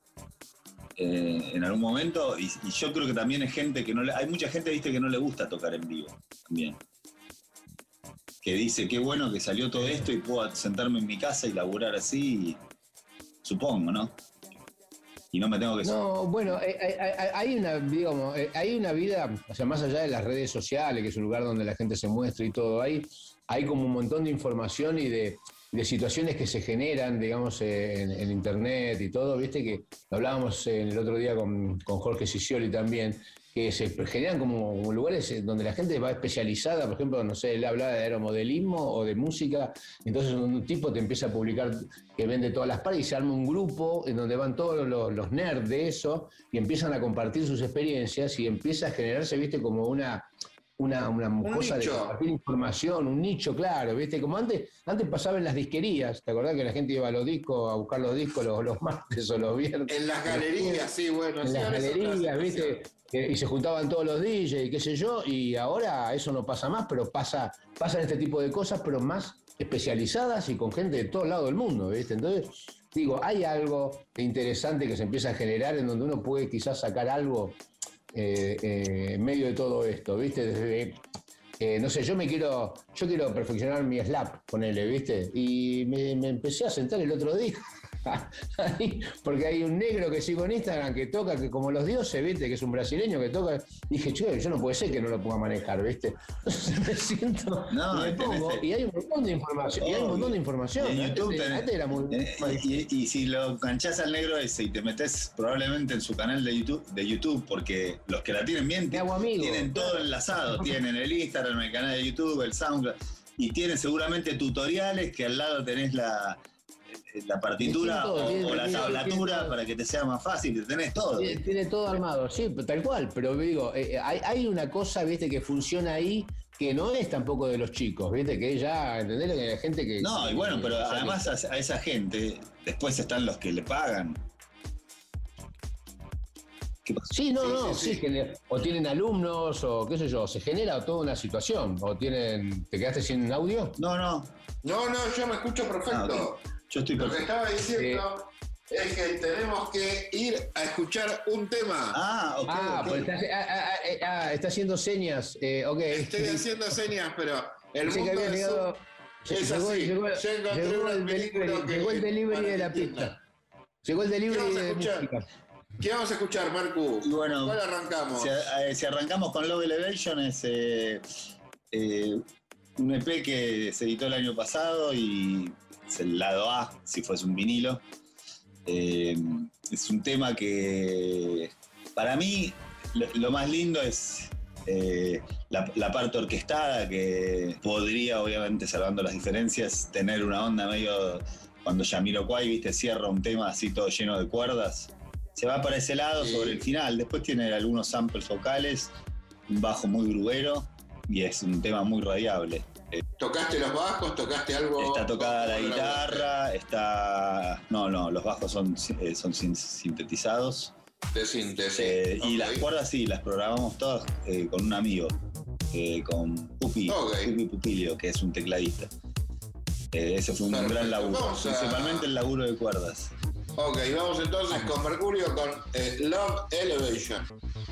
eh, en algún momento, y, y yo creo que también hay gente que no le, hay mucha gente, viste, que no le gusta tocar en vivo también. Que dice, qué bueno que salió todo esto y puedo sentarme en mi casa y laburar así, supongo, ¿no? Y no me tengo que... No, bueno, eh, eh, hay una, digamos, eh, hay una vida, o sea, más allá de las redes sociales, que es un lugar donde la gente se muestra y todo, hay, hay como un montón de información y de, de situaciones que se generan, digamos, eh, en, en internet y todo, viste, que hablábamos en el otro día con, con Jorge Sicioli también, que se generan como lugares donde la gente va especializada, por ejemplo, no sé, él habla de aeromodelismo o de música, entonces un tipo te empieza a publicar que vende todas las pares y se arma un grupo en donde van todos los, los nerds de eso y empiezan a compartir sus experiencias y empieza a generarse, viste, como una... Una, una cosa nicho. de compartir información, un nicho, claro, ¿viste? Como antes, antes pasaba en las disquerías, ¿te acordás que la gente iba a los discos, a buscar los discos los, los martes o los viernes? En las galerías, sí, bueno. En sí, las ahora es otra galerías, ¿viste? situación. Eh, y se juntaban todos los D Js y qué sé yo, y ahora eso no pasa más, pero pasa, pasan este tipo de cosas, pero más especializadas y con gente de todo lado del mundo, ¿viste? Entonces, digo, hay algo interesante que se empieza a generar en donde uno puede quizás sacar algo eh, eh, en medio de todo esto, ¿viste? Desde... Eh, no sé, yo me quiero, yo quiero perfeccionar mi slap, ponele, ¿viste? Y me, me empecé a sentar el otro día Ahí, porque hay un negro que sigo en Instagram que toca, que como los dioses, ¿viste? Que es un brasileño que toca. Dije, che, yo no puede ser que no lo pueda manejar, ¿viste? Entonces me siento. No, me pongo, este, y hay un montón de información. Y hay un montón de información. En Antes, YouTube de- tenés- antes era muy. eh, y, y si lo enganchás al negro ese y te metés probablemente en su canal de YouTube, de YouTube porque los que la tienen bien Me hago amigo. tienen todo enlazado. Tienen el Instagram, el canal de YouTube, el SoundCloud. Y tienen seguramente tutoriales que al lado tenés la, la partitura Tiene todo, o, tiene- o la tiene- tablatura tiene todo. para que te sea más fácil. Tenés todo. Tiene, tiene todo armado, sí, tal cual, pero digo, eh, hay, hay una cosa, viste, que funciona ahí que no es tampoco de los chicos, viste, que ya, ¿entendés? Que hay gente que... No, y bueno, pero o sea, además a, a esa gente después están los que le pagan. ¿Qué pasó? Sí, no, Sí, no, sí, sí, sí. gener- o tienen alumnos, o qué sé yo, se genera toda una situación, o tienen, ¿te quedaste sin audio? No, no. No, no, yo me escucho perfecto. Ah, ok. Yo estoy Lo que perfecto. estaba diciendo es que tenemos que ir a escuchar un tema. Ah, ok. ah, ok. pues está, ah, ah, ah, eh, ah, está haciendo señas, eh, ok. Estoy haciendo señas, pero el Pensé que mundo había del llegado, Zoom es llegó, así. llegó- Yo encontré llegó una el película delivery, que- llegó el delivery para de la que entiendan. pizza. Llegó el delivery vamos a de escuchar? música. ¿Qué vamos a escuchar, Marcu? Y bueno, ¿Cuál arrancamos? Si, eh, si arrancamos con Love Elevation, es eh, eh, un E P que se editó el año pasado y es el lado A, si fuese un vinilo. Eh, es un tema que para mí lo, lo más lindo es eh, la, la parte orquestada, que podría, obviamente salvando las diferencias, tener una onda medio cuando Jamiroquai, viste, cierra un tema así todo lleno de cuerdas. Se va para ese lado Sí. sobre el final. Después tiene algunos samples vocales, un bajo muy grubero y es un tema muy radiable. ¿Tocaste los bajos? ¿Tocaste algo? Está tocada la ¿Cómo lo guitarra, está... No, no, los bajos son, eh, son sin- sintetizados. De síntesis. Eh, Y Ok. las cuerdas sí, las programamos todas eh, con un amigo, eh, con Pupi, Ok. Pupi Pupilio, que es un tecladista. Eh, ese fue un Perfecto. gran laburo, Vamos a- principalmente el laburo de cuerdas. Ok, vamos entonces con Mercurio con eh, Love Elevation.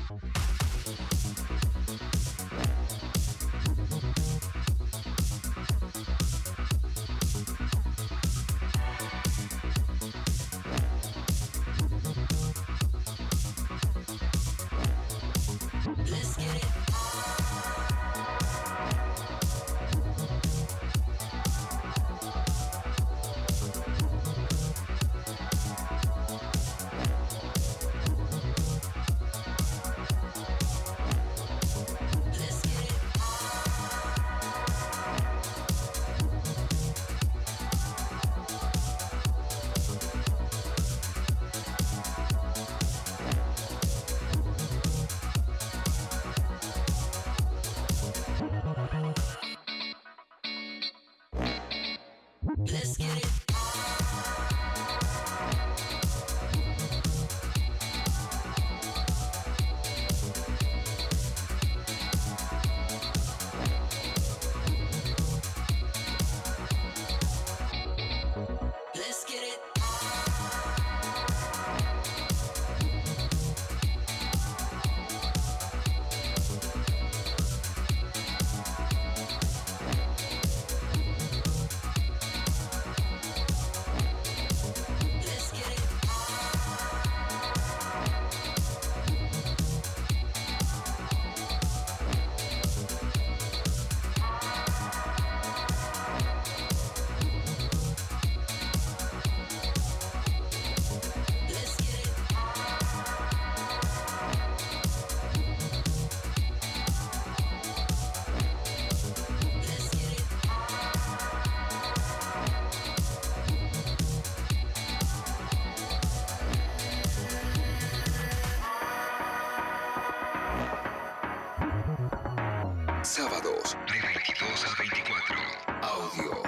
Sábados de veintidós a veinticuatro. Audio.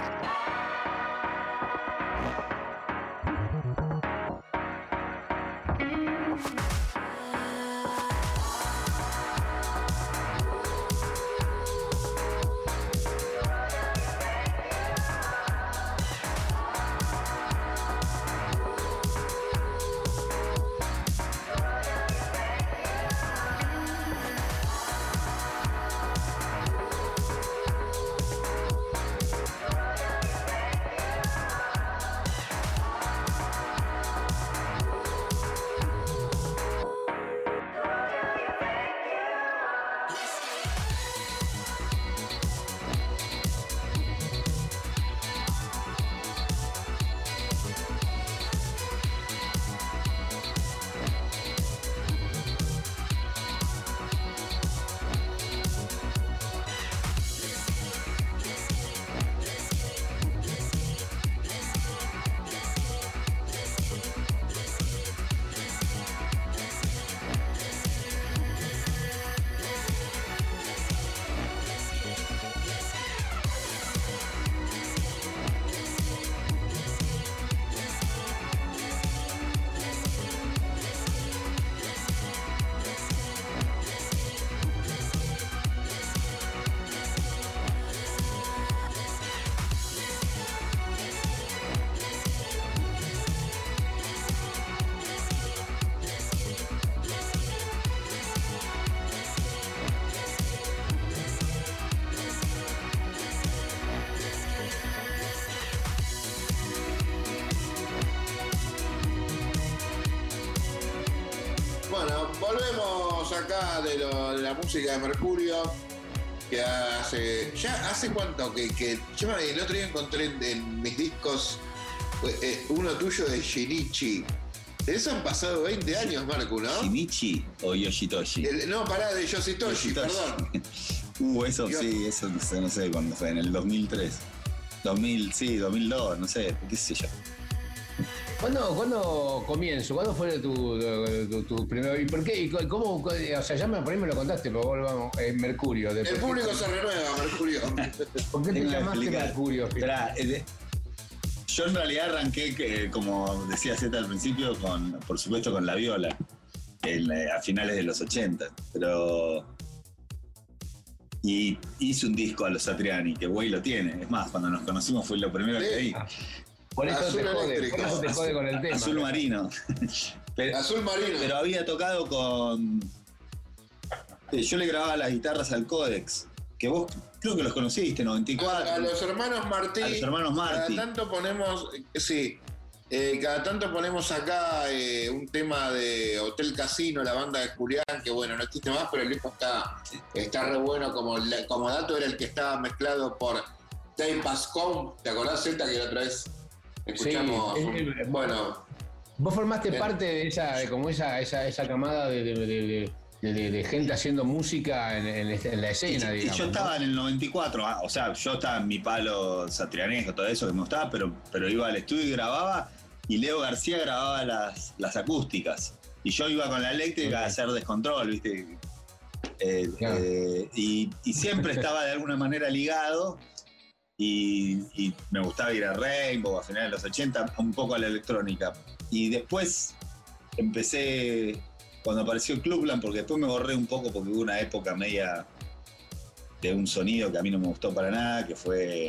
Bueno, volvemos acá de, lo, de la música de Mercurio. Que hace. ¿Ya hace cuánto? Que, que yo me- el otro día encontré en, en mis discos eh, uno tuyo de Shinichi. De eso han pasado veinte años, Marco, ¿no? ¿Shinichi o Yoshitoshi? El- no, pará, de Yoshitoshi, perdón. Uh, eso Yo- sí, eso no sé, no sé cuándo fue, en el dos mil tres. dos mil, sí, dos mil dos, no sé, qué sé yo. ¿Cuándo, ¿Cuándo comienzo? ¿Cuándo fue tu, tu, tu primero? ¿Y por qué? ¿Y cómo? O sea, ya me, por ahí me lo contaste, pero volvamos. Eh, Mercurio. de- El público se renueva, Mercurio. ¿Por qué te Tengo que llamaste explicar. Mercurio? Esperá, eh, de- yo en realidad arranqué, que, como decía Zeta al principio, con, por supuesto con la viola, en, eh, a finales de los ochenta, pero... Y hice un disco a los Satriani, que güey lo tiene. Es más, cuando nos conocimos fue lo primero que vi. Por eso Azul te jode, eléctrico. por eso te jode con el tema. Azul marino. Pero, Azul marino. pero había tocado con... eh, Yo le grababa las guitarras al Codex, que vos creo que los conociste, noventa y cuatro. A, a los hermanos Martí. A los hermanos Martí. Cada tanto ponemos, eh, sí, eh, cada tanto ponemos acá eh, un tema de Hotel Casino, la banda de Julián, que bueno, no existe más, pero el disco está, está re bueno. Como, la- como dato, era el que estaba mezclado por Dave Pascon. ¿Te acordás, Zeta, que la otra vez escuchamos? Sí, un- es- es- bueno, Vos formaste Bien. parte de esa, de como esa, esa, esa camada de, de, de- de- de- de gente haciendo música en, en este- en la Y, escena, y digamos. yo ¿no? estaba en el noventa y cuatro, ah, o sea, yo estaba en mi palo satrianesco, todo eso que me gustaba, pero, pero iba al estudio y grababa, y Leo García grababa las, las acústicas. Y yo iba con la eléctrica a hacer descontrol, ¿viste? Eh, Claro. eh, y, y siempre estaba de alguna manera ligado, y, y me gustaba ir a Rainbow a finales de los ochenta, un poco a la electrónica. Y después empecé, cuando apareció Clubland, porque después me borré un poco porque hubo una época media de un sonido que a mí no me gustó para nada, que fue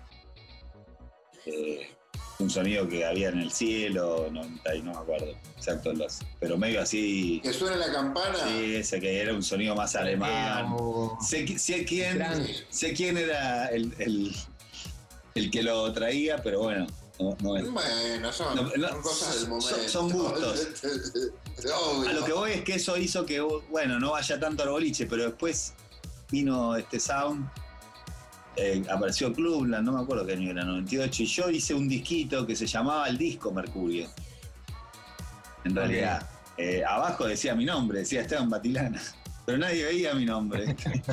eh, un sonido que había en el cielo, noventa y no me acuerdo exacto, los, pero medio así. que suena la campana. Sí, ese que era un sonido más alemán. Pero- Sé, qui- sé quién, Trans. sé quién era el, el, el que lo traía, pero bueno, no, no es. Bueno, son, No, no, son cosas del son- momento. son gustos. Obvio. A lo que voy es que eso hizo que, bueno, no vaya tanto al boliche, pero después vino este sound, eh, apareció Clubland, no me acuerdo qué año era, noventa y ocho, y yo hice un disquito que se llamaba el disco Mercurio. En realidad, eh, abajo decía mi nombre, decía Esteban Batilana, pero nadie veía mi nombre.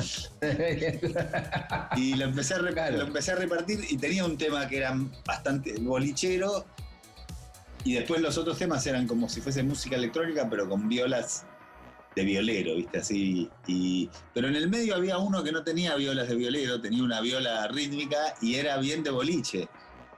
Y lo empecé, a rep- Claro. lo empecé a repartir y tenía un tema que era bastante bolichero, y después los otros temas eran como si fuese música electrónica, pero con violas de violero, ¿viste? Así. Y, pero en el medio había uno que no tenía violas de violero, tenía una viola rítmica y era bien de boliche.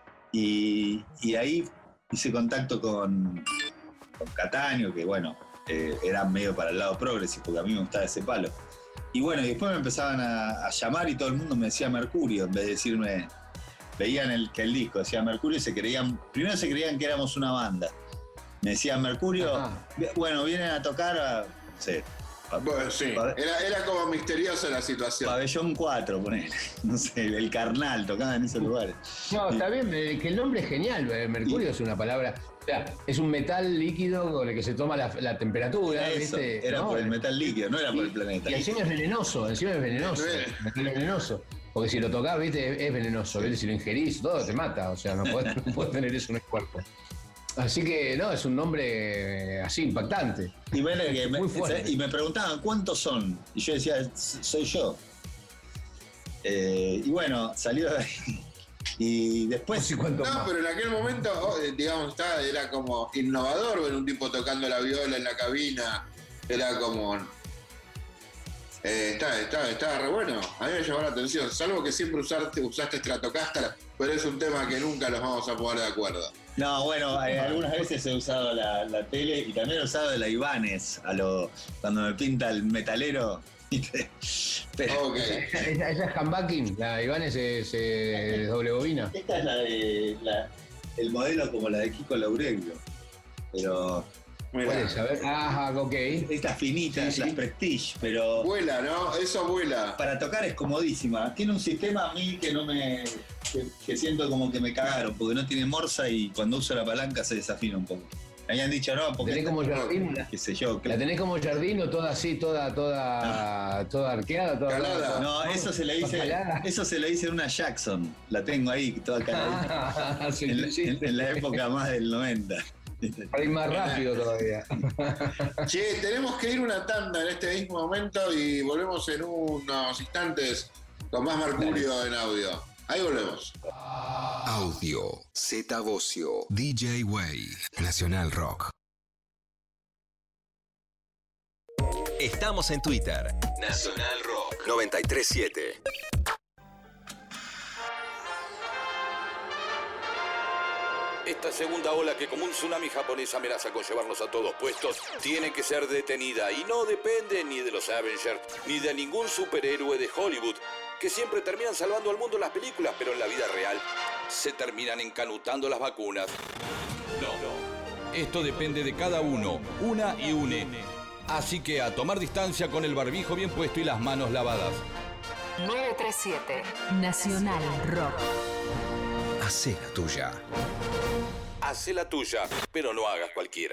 Y, y ahí hice contacto con, con Cataño, que bueno, eh, era medio para el lado progresivo, porque a mí me gustaba ese palo. Y bueno, y después me empezaban a, a llamar y todo el mundo me decía Mercurio, en vez de decirme, veían el, que el disco decía Mercurio y se creían, primero se creían que éramos una banda. Me decían Mercurio, Ajá. bueno, vienen a tocar a, no sé, a- Bueno, sí, pa- era, era como misteriosa la situación. Pabellón cuatro, ponele, no sé, el Carnal, tocaban en esos lugares. No, está bien, eh, que el nombre es genial. eh, Mercurio es una palabra. O sea, es un metal líquido con el que se toma la, la temperatura. Eso, ¿viste? era ¿No? por el metal líquido, no era por el planeta. Y encima es venenoso, encima es venenoso. Sí. El metal es venenoso. Porque si lo tocás, viste, es, es venenoso. ¿viste? Si lo ingerís, todo te mata. O sea, no podés, no podés tener eso en el cuerpo. Así que, no, es un nombre eh, así impactante. Y, bueno, que me, Muy fuerte. y me preguntaban cuántos son. Y yo decía, soy yo. Eh, y bueno, salió de ahí. Y después. Sí, ¿cuánto No, más? pero en aquel momento, oh, eh, digamos, estaba- era como innovador ver un tipo tocando la viola en la cabina. Era como. Eh, estaba, estaba, estaba re bueno. A mí me llamó la atención. Salvo que siempre usaste, usaste Stratocaster, pero es un tema que nunca los vamos a poner de acuerdo. No, bueno, eh, algunas veces he usado la, la tele y también he usado la Ibanez a lo, cuando me pinta el metalero. ¿viste? Pero, Ok. Esa, esa es handbacking, la Ibanez es eh, doble bobina. esta es la de la- el modelo como la de Kiko Laureglio. Pero Mirá. ¿Puedes saber? Ajá, ok. estas finitas, Sí, sí. las Prestige, pero Vuela, ¿no? Eso vuela. para tocar es comodísima. Tiene un sistema a mí que no me. que, que siento como que me cagaron, porque no tiene morsa y cuando uso la palanca se desafina un poco. Me habían dicho no, porque. ¿Tenés como jardín? Qué sé yo. ¿La tenés como jardín o toda así, toda, toda, no. toda arqueada? Toda calada. No, eso se le dice. Eso se le dice en una Jackson. La tengo ahí, toda calada. sí, en, sí. en, en la época más del noventa. Para ir más rápido todavía. Che, tenemos que ir una tanda en este mismo momento y volvemos en unos instantes con más Mercurio Dale. En audio. Ahí volvemos. Audio, Z Bocio, D J Way, Nacional Rock. Estamos en Twitter, Nacional Rock noventa y tres siete. Esta segunda ola que como un tsunami japonés amenaza con llevarnos a todos puestos, tiene que ser detenida y no depende ni de los Avengers ni de ningún superhéroe de Hollywood, que siempre terminan salvando al mundo en las películas, pero en la vida real se terminan encanutando las vacunas. No, no. Esto depende de cada uno, una y une. Así que a tomar distancia con el barbijo bien puesto y las manos lavadas. nueve tres siete Nacional Rock. Hacé la tuya. Hacé la tuya, pero no hagas cualquiera.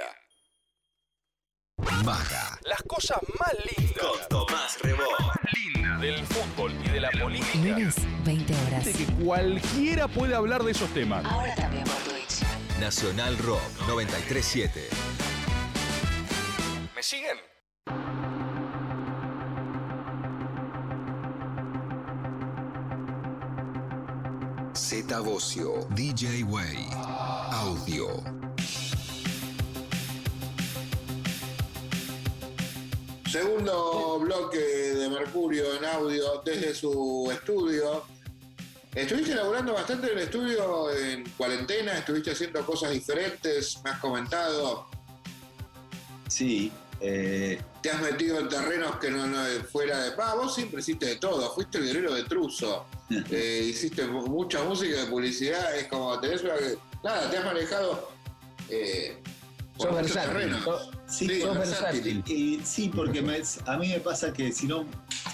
Baja. Las cosas más lindas. Con Tomás Rebó. Linda del fútbol y de la política. Lunes, veinte horas. De que cualquiera puede hablar de esos temas. Ahora también por Twitch. Nacional Rock noventa y tres siete. ¿Me siguen? Z Bocio, D J Way, audio. Segundo bloque de Mercurio en audio desde su estudio. Estuviste laburando bastante en el estudio en cuarentena, estuviste haciendo cosas diferentes, me has comentado. Sí. Eh... Te has metido en terrenos que no, no fuera de... Ah, vos siempre hiciste de todo, fuiste el guerrero de Truso, eh, hiciste mucha música de publicidad, es como tenés una... Nada, te has manejado... Eh, Sos versátil. Sí, sí, sos versátil. Y, sí, porque me, a mí me pasa que si no...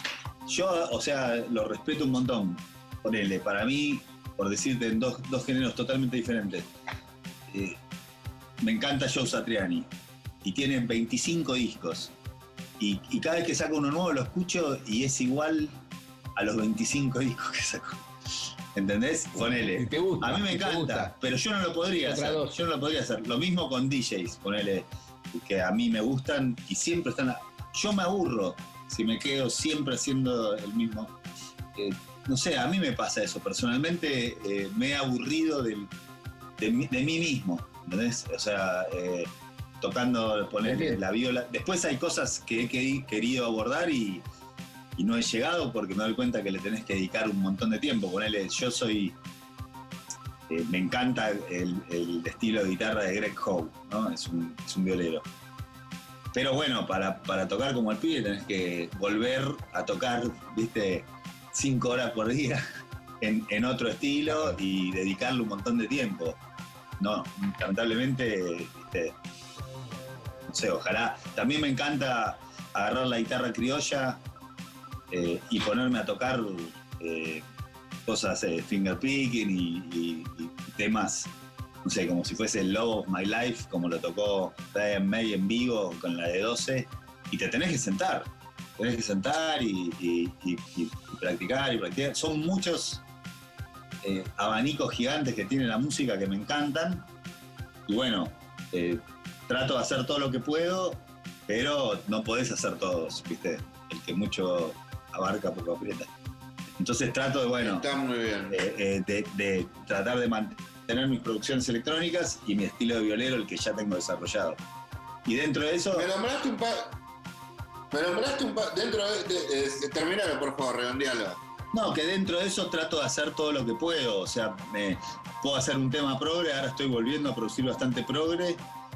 Yo, o sea, lo respeto un montón. Ponele, para mí, por decirte, en dos, dos géneros totalmente diferentes. Eh, me encanta Joe Satriani. Y tiene veinticinco discos. Y, y cada vez que saco uno nuevo lo escucho y es igual a los veinticinco discos que sacó. ¿Entendés? Ponele. Te gusta, a mí me encanta, gusta. pero yo no lo podría hacer. Dos. Yo no lo podría hacer. Lo mismo con D Js, ponele, que a mí me gustan y siempre están... A... Yo me aburro si me quedo siempre haciendo el mismo... Eh, no sé, a mí me pasa eso. Personalmente eh, me he aburrido del, de, mí, de mí mismo. ¿Entendés? O sea... Eh, tocando, poner la viola. Después hay cosas que he querido abordar y, y no he llegado porque me doy cuenta que le tenés que dedicar un montón de tiempo. Ponele, yo soy... Eh, me encanta el, el estilo de guitarra de Greg Howe, ¿no? Es un, es un violero. Pero bueno, para, para tocar como el pibe tenés que volver a tocar, viste, cinco horas por día en, en otro estilo y dedicarle un montón de tiempo. No, lamentablemente, viste, no sé, ojalá. También me encanta agarrar la guitarra criolla eh, y ponerme a tocar eh, cosas, eh, finger picking y, y, y temas, no sé, como si fuese el Love of My Life, como lo tocó Brian May en vivo con la de doce, y te tenés que sentar, tenés que sentar y, y, y, y practicar y practicar. Son muchos eh, abanicos gigantes que tiene la música que me encantan, y bueno, eh, trato de hacer todo lo que puedo, pero no podés hacer todos, ¿viste? El que mucho abarca poco aprieta. Entonces trato de, bueno, Está muy bien. Eh, eh, de, de tratar de mantener mis producciones electrónicas y mi estilo de violero, el que ya tengo desarrollado. Y dentro de eso... Me nombraste un par... Me nombraste un par... Dentro de... de, de, de terminalo, por favor, redondealo. No, que dentro de eso trato de hacer todo lo que puedo. O sea, me, puedo hacer un tema progre, ahora estoy volviendo a producir bastante progre.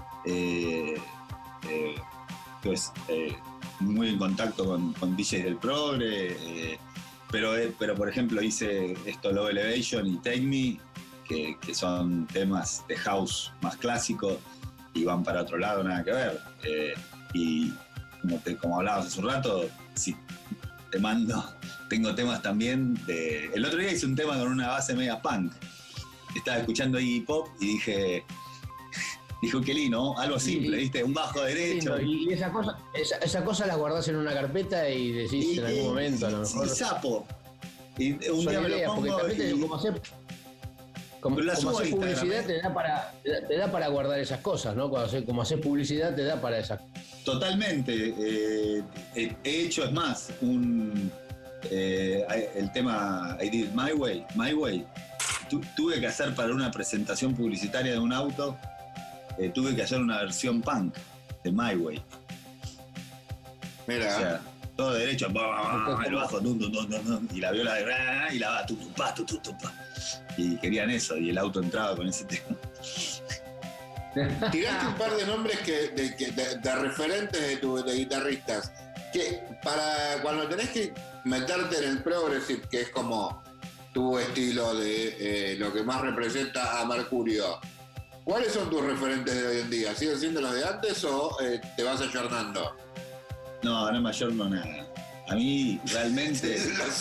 Eh, eh, pues, eh, muy en contacto con, con D Js del progre. Eh, pero, eh, pero, por ejemplo, hice esto Low Elevation y Take Me, que, que son temas de house más clásicos y van para otro lado, nada que ver. Eh, y como, te, como hablabas hace un rato, si te mando, tengo temas también de... El otro día hice un tema con una base media punk. Estaba escuchando Iggy Pop y dije, Dijo Kelly, ¿no? Algo simple, Y- ¿viste? Un bajo derecho. Lindo, Y, y esa cosa, esa, esa cosa la guardás en una carpeta y decís Y- en algún y- momento, a lo y- mejor. y sapo. Y un son día me lo ideas, porque pongo también te- y- como hacer, como, Pero la como subo hacer a Instagram, publicidad ¿eh? te da para te da, te da para guardar esas cosas, ¿no? Cuando haces, como hacer publicidad te da para esas. Totalmente. eh, he he hecho, es más, un eh, el tema I Did It My Way, My Way. Tu- tuve que hacer para una presentación publicitaria de un auto, eh, tuve que hacer una versión punk de My Way. Mira. O sea, todo derecho, bah, el bajo, tum, tum, tum, tum, tum, y la viola de bah, y la va, tu, tu, pa, tu, tu, tu, pa. Y querían eso, y el auto entraba con ese tema. Tiraste un par de nombres que, de, que- de- de referentes de, tu, de guitarristas. Que para cuando tenés que meterte en el progressive, que es como tu estilo de eh, lo que más representa a Mercurio, ¿cuáles son tus referentes de hoy en día? ¿Siguen siendo los de antes o eh, te vas ayornando? No, no mayor no nada. A mí realmente.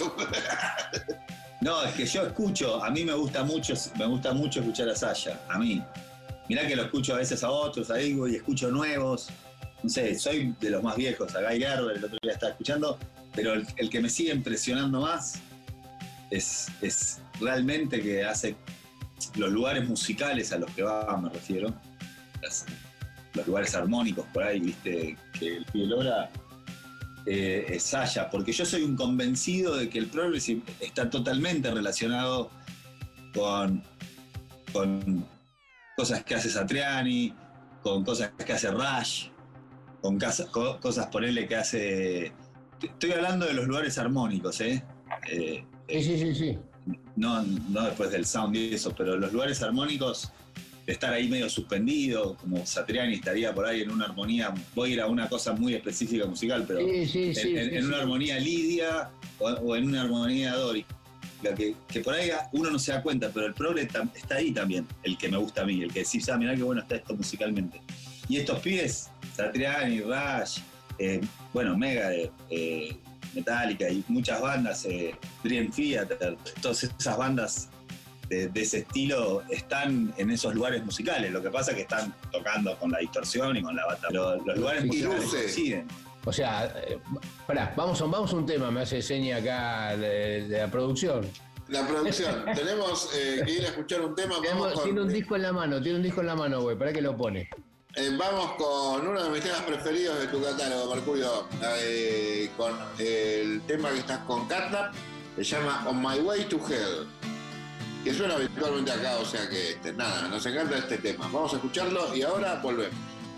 No, es que yo escucho, a mí me gusta mucho, me gusta mucho escuchar a Sasha, a mí. Mirá que lo escucho a veces a otros, a Igor, y escucho nuevos. No sé, soy de los más viejos, a Guy Gerber, el otro día estaba escuchando, pero el, el que me sigue impresionando más es, es realmente que hace los lugares musicales a los que va, me refiero, las- los lugares armónicos por ahí, viste, que el pibe logra, eh, es Sasha, porque yo soy un convencido de que el progressive está totalmente relacionado con, con cosas que hace Satriani, con cosas que hace Rush, con casa- co- cosas, ponele, que hace... Estoy hablando de los lugares armónicos, ¿eh? Eh, Sí, sí, sí, sí. no, no después del sound y eso, pero los lugares armónicos, de estar ahí medio suspendido, como Satriani estaría por ahí en una armonía, voy a ir a una cosa muy específica musical, pero Sí, sí, en, sí, en- sí, en una sí. armonía lidia o, o en una armonía dórica, que, que por ahí uno no se da cuenta, pero el progre tam- está ahí también, el que me gusta a mí, el que decís, ah, mirá qué bueno está esto musicalmente. Y estos pibes, Satriani, Rush, eh, bueno, Megadeth, eh, Metallica y muchas bandas, eh, Dream Theater, todas esas bandas de, de ese estilo están en esos lugares musicales. Lo que pasa es que están tocando con la distorsión y con la bata. Pero los lugares Y musicales luce. coinciden. O sea, eh, pará, vamos a, vamos a un tema, me hace seña acá de, de la producción. La producción. Tenemos eh, que ir a escuchar un tema. Vamos Tenemos- con, tiene un disco en la mano, tiene un disco en la mano, güey, ¿para qué lo pone? eh, vamos con uno de mis temas preferidos de tu catálogo, Mercurio. eh, con el tema que estás con Catnap. Se llama On My Way to Hell. Que suena habitualmente acá, o sea que este, nada, nos encanta este tema. Vamos a escucharlo y ahora volvemos.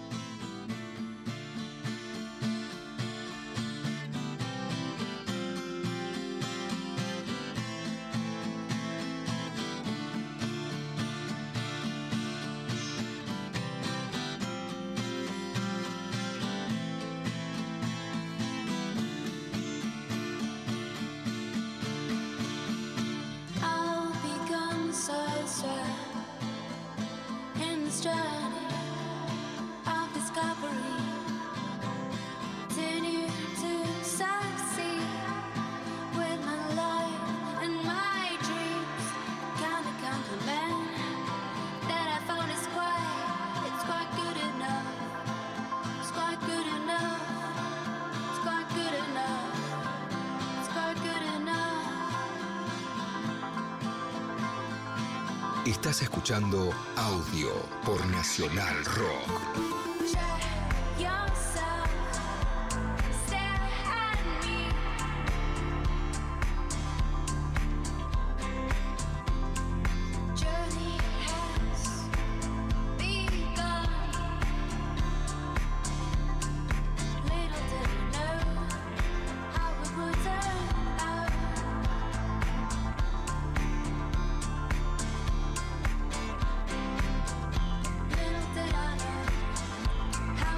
I'll become so sad in this journey of discovery. Continue to succeed with my life and my dreams. Kind of compliment that I found is quite, it's quite good enough. It's quite good enough. It's quite good enough. It's quite good enough. Estás escuchando Audio por Nacional Rock. Yourself, stare at me. Journey has begun. Little did I know how it would turn out. Little did I know how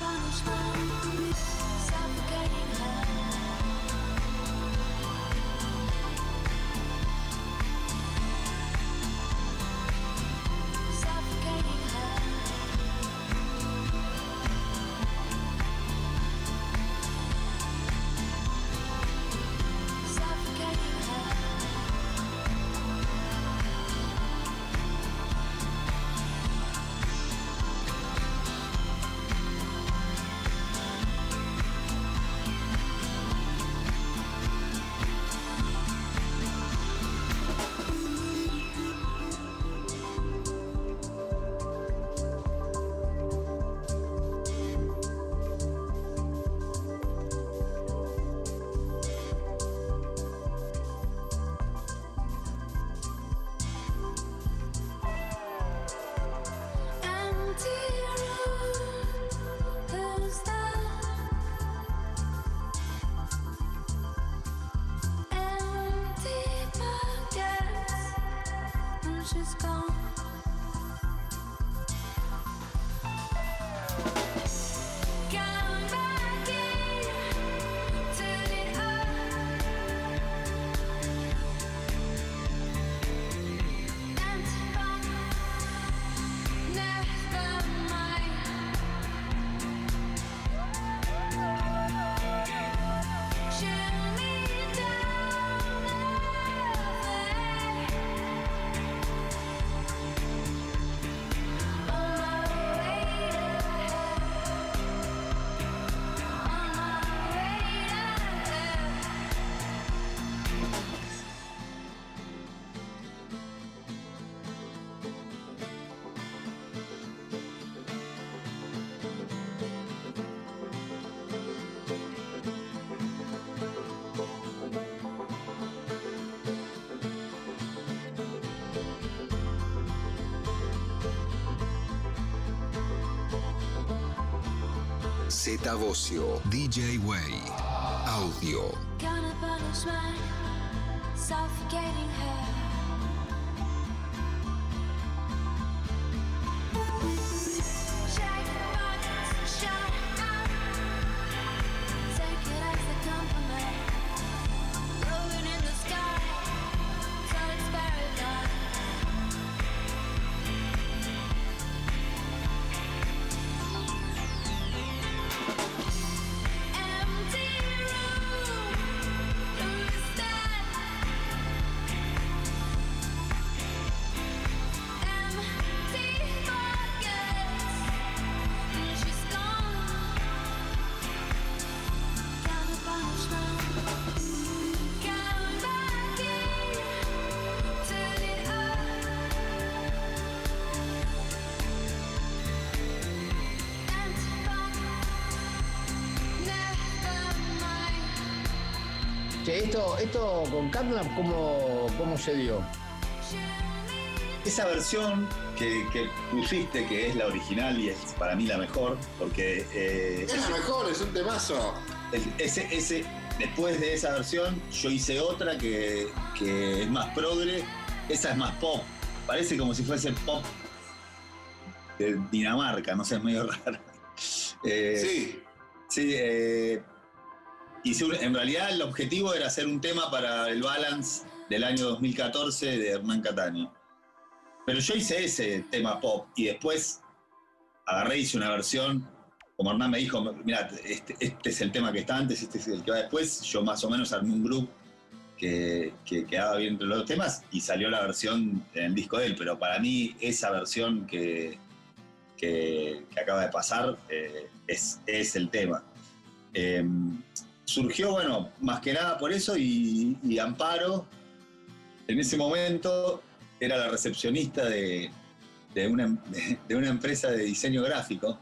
punishment, suffocating her. Suffocating her. Suffocating her. Empty room, who's there? Empty pockets, and she's gone. Come back in to the earth. Empty pockets, never mind. Shoot me down on my way to hell. On my way to hell. Zeta Bocio, D J Way, audio. Gonna punishment, suffocating her. Shake pockets, shut up. Take it as a compliment. Floating in the sky, till it's paradise. Empty room, who's that? Empty pockets, and she's gone. Down the punishment, come back in to the earth. Empty pockets, never mind. Che, esto, esto con Catnap, ¿cómo, cómo se dio? Esa versión que, que pusiste, que es la original y es para mí la mejor, porque... eh, Es la mejor, es un temazo. el- ese, ese, después de esa versión, yo hice otra que, que es más progre, esa es más pop. Parece como si fuese pop de Dinamarca, no sé, es medio raro. Eh, Sí. Sí, eh, hice un- en realidad el objetivo era hacer un tema para el Balance del año dos mil catorce de Hernán Cataño. Pero yo hice ese tema pop y después agarré y hice una versión, como Hernán me dijo, mira, este, este es el tema que está antes, este es el que va después. Yo más o menos armé un grupo que, que quedaba bien entre los dos temas y salió la versión en el disco de él. Pero para mí esa versión que, que, que acaba de pasar eh, es, es el tema. Eh, surgió, bueno, más que nada por eso y, y Amparo, en ese momento, era la recepcionista de, de, una, de una empresa de diseño gráfico.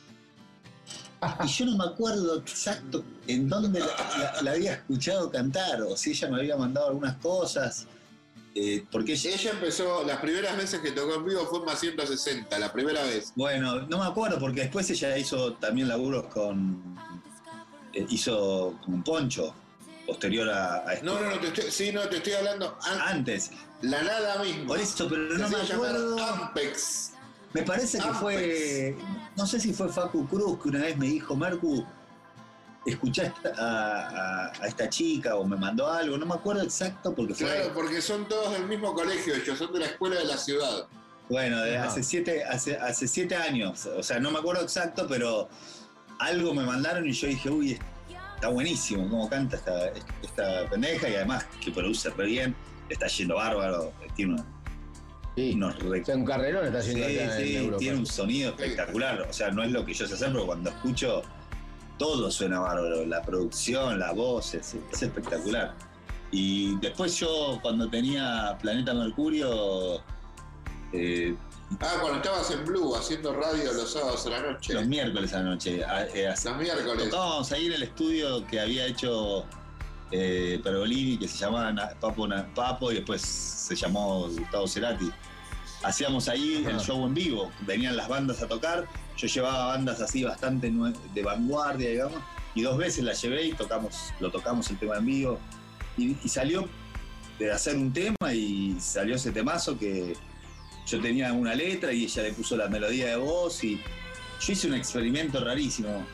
Y yo no me acuerdo exacto en dónde la, la- la había escuchado cantar o si ella me había mandado algunas cosas. Eh, porque ella, Ella empezó, las primeras veces que tocó en vivo fue en más ciento sesenta, la primera vez. Bueno, no me acuerdo porque después ella hizo también laburos con... eh, hizo con Poncho, posterior a, a esto. No, no, no, te estoy, sí, no, te estoy hablando an- Antes. la nada misma. Por eso, pero Se no me hacía llamar acuerdo. Ampex. Me parece que Ampex. fue... no sé si fue Facu Cruz que una vez me dijo, Marcu, escuchá a, a, a esta chica o me mandó algo, no me acuerdo exacto porque fue... Claro, porque son todos del mismo colegio, ellos son de la escuela de la ciudad. Bueno, de Ajá. hace siete, hace, hace siete años, o sea, no me acuerdo exacto, pero algo me mandaron y yo dije, uy, está buenísimo cómo canta esta, esta pendeja y además que produce re bien, le está yendo bárbaro, tiene una, sí. unos re... O sea, un carrerón está haciendo sí, acá sí, en Europa. tiene un sonido espectacular, o sea, no es lo que yo sé hacer, pero cuando escucho todo suena bárbaro, la producción, la voz, es, es espectacular. Y después yo, cuando tenía Planeta Mercurio... Eh, ah, cuando estabas en Blue haciendo radio los sábados a la noche. Los miércoles a la noche. Eh, los miércoles. Tocábamos ahí en el estudio que había hecho eh, Pergolini, que se llamaba Papo, Papo y después se llamó Gustavo Cerati. Hacíamos ahí el show en vivo, venían las bandas a tocar, yo llevaba bandas así bastante de vanguardia, digamos, y dos veces la llevé y tocamos, lo tocamos el tema en vivo. Y, y salió de hacer un tema y salió ese temazo que yo tenía una letra y ella le puso la melodía de voz y yo hice un experimento rarísimo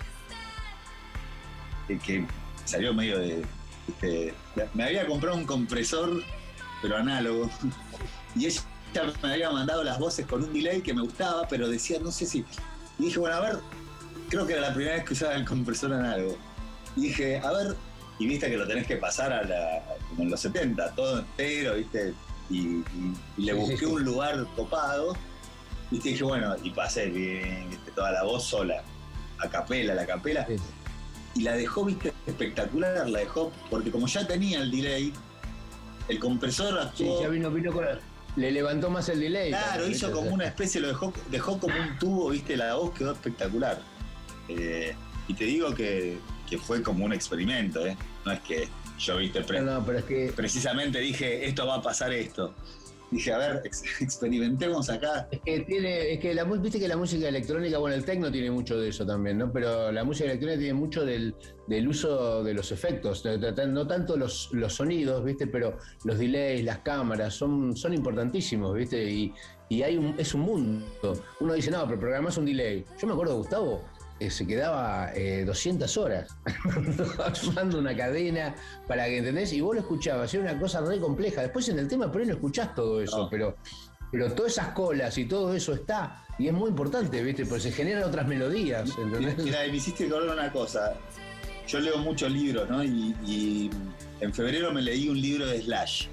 que, que salió medio de, de... Me había comprado un compresor, pero análogo, y ella me había mandado las voces con un delay que me gustaba, pero decía, no sé si... Y dije, bueno, a ver, creo que era la primera vez que usaba el compresor análogo. Y dije, a ver, y viste que lo tenés que pasar a la, como en los setenta, todo entero, viste... Y, y, y le busqué sí, sí, sí. un lugar copado, y dije, bueno, y pasé bien, ¿viste? Toda la voz sola, a capela, la capela, sí. Y la dejó, viste, espectacular, la dejó, porque como ya tenía el delay, el compresor actuó... Sí, ya vino, vino con... Le levantó más el delay. Claro, hizo como una especie, lo dejó, dejó como un tubo, viste, la voz quedó espectacular. Eh, y te digo que, que fue como un experimento, ¿eh? No es que... Yo, viste, pre- no, no, pero es que... precisamente dije, esto va a pasar esto. Dije, a ver, ex- experimentemos acá. Es que tiene, es que la, viste que la música electrónica, bueno, el techno tiene mucho de eso también, ¿no? Pero la música electrónica tiene mucho del, del uso de los efectos, no tanto los, los sonidos, viste, pero los delays, las cámaras, son, son importantísimos, viste, y, y hay un, es un mundo. Uno dice, no, pero programás un delay. Yo me acuerdo, Gustavo, Eh, se quedaba eh, doscientas horas armando una cadena para que, ¿entendés? Y vos lo escuchabas, era una cosa re compleja. Después en el tema por ahí no escuchás todo eso, no. pero, pero todas esas colas y todo eso está, y es muy importante, ¿viste? Porque se generan otras melodías, ¿entendés? Mira, me hiciste acordar una cosa. Yo leo muchos libros, ¿no? Y, y en febrero me leí un libro de Slash.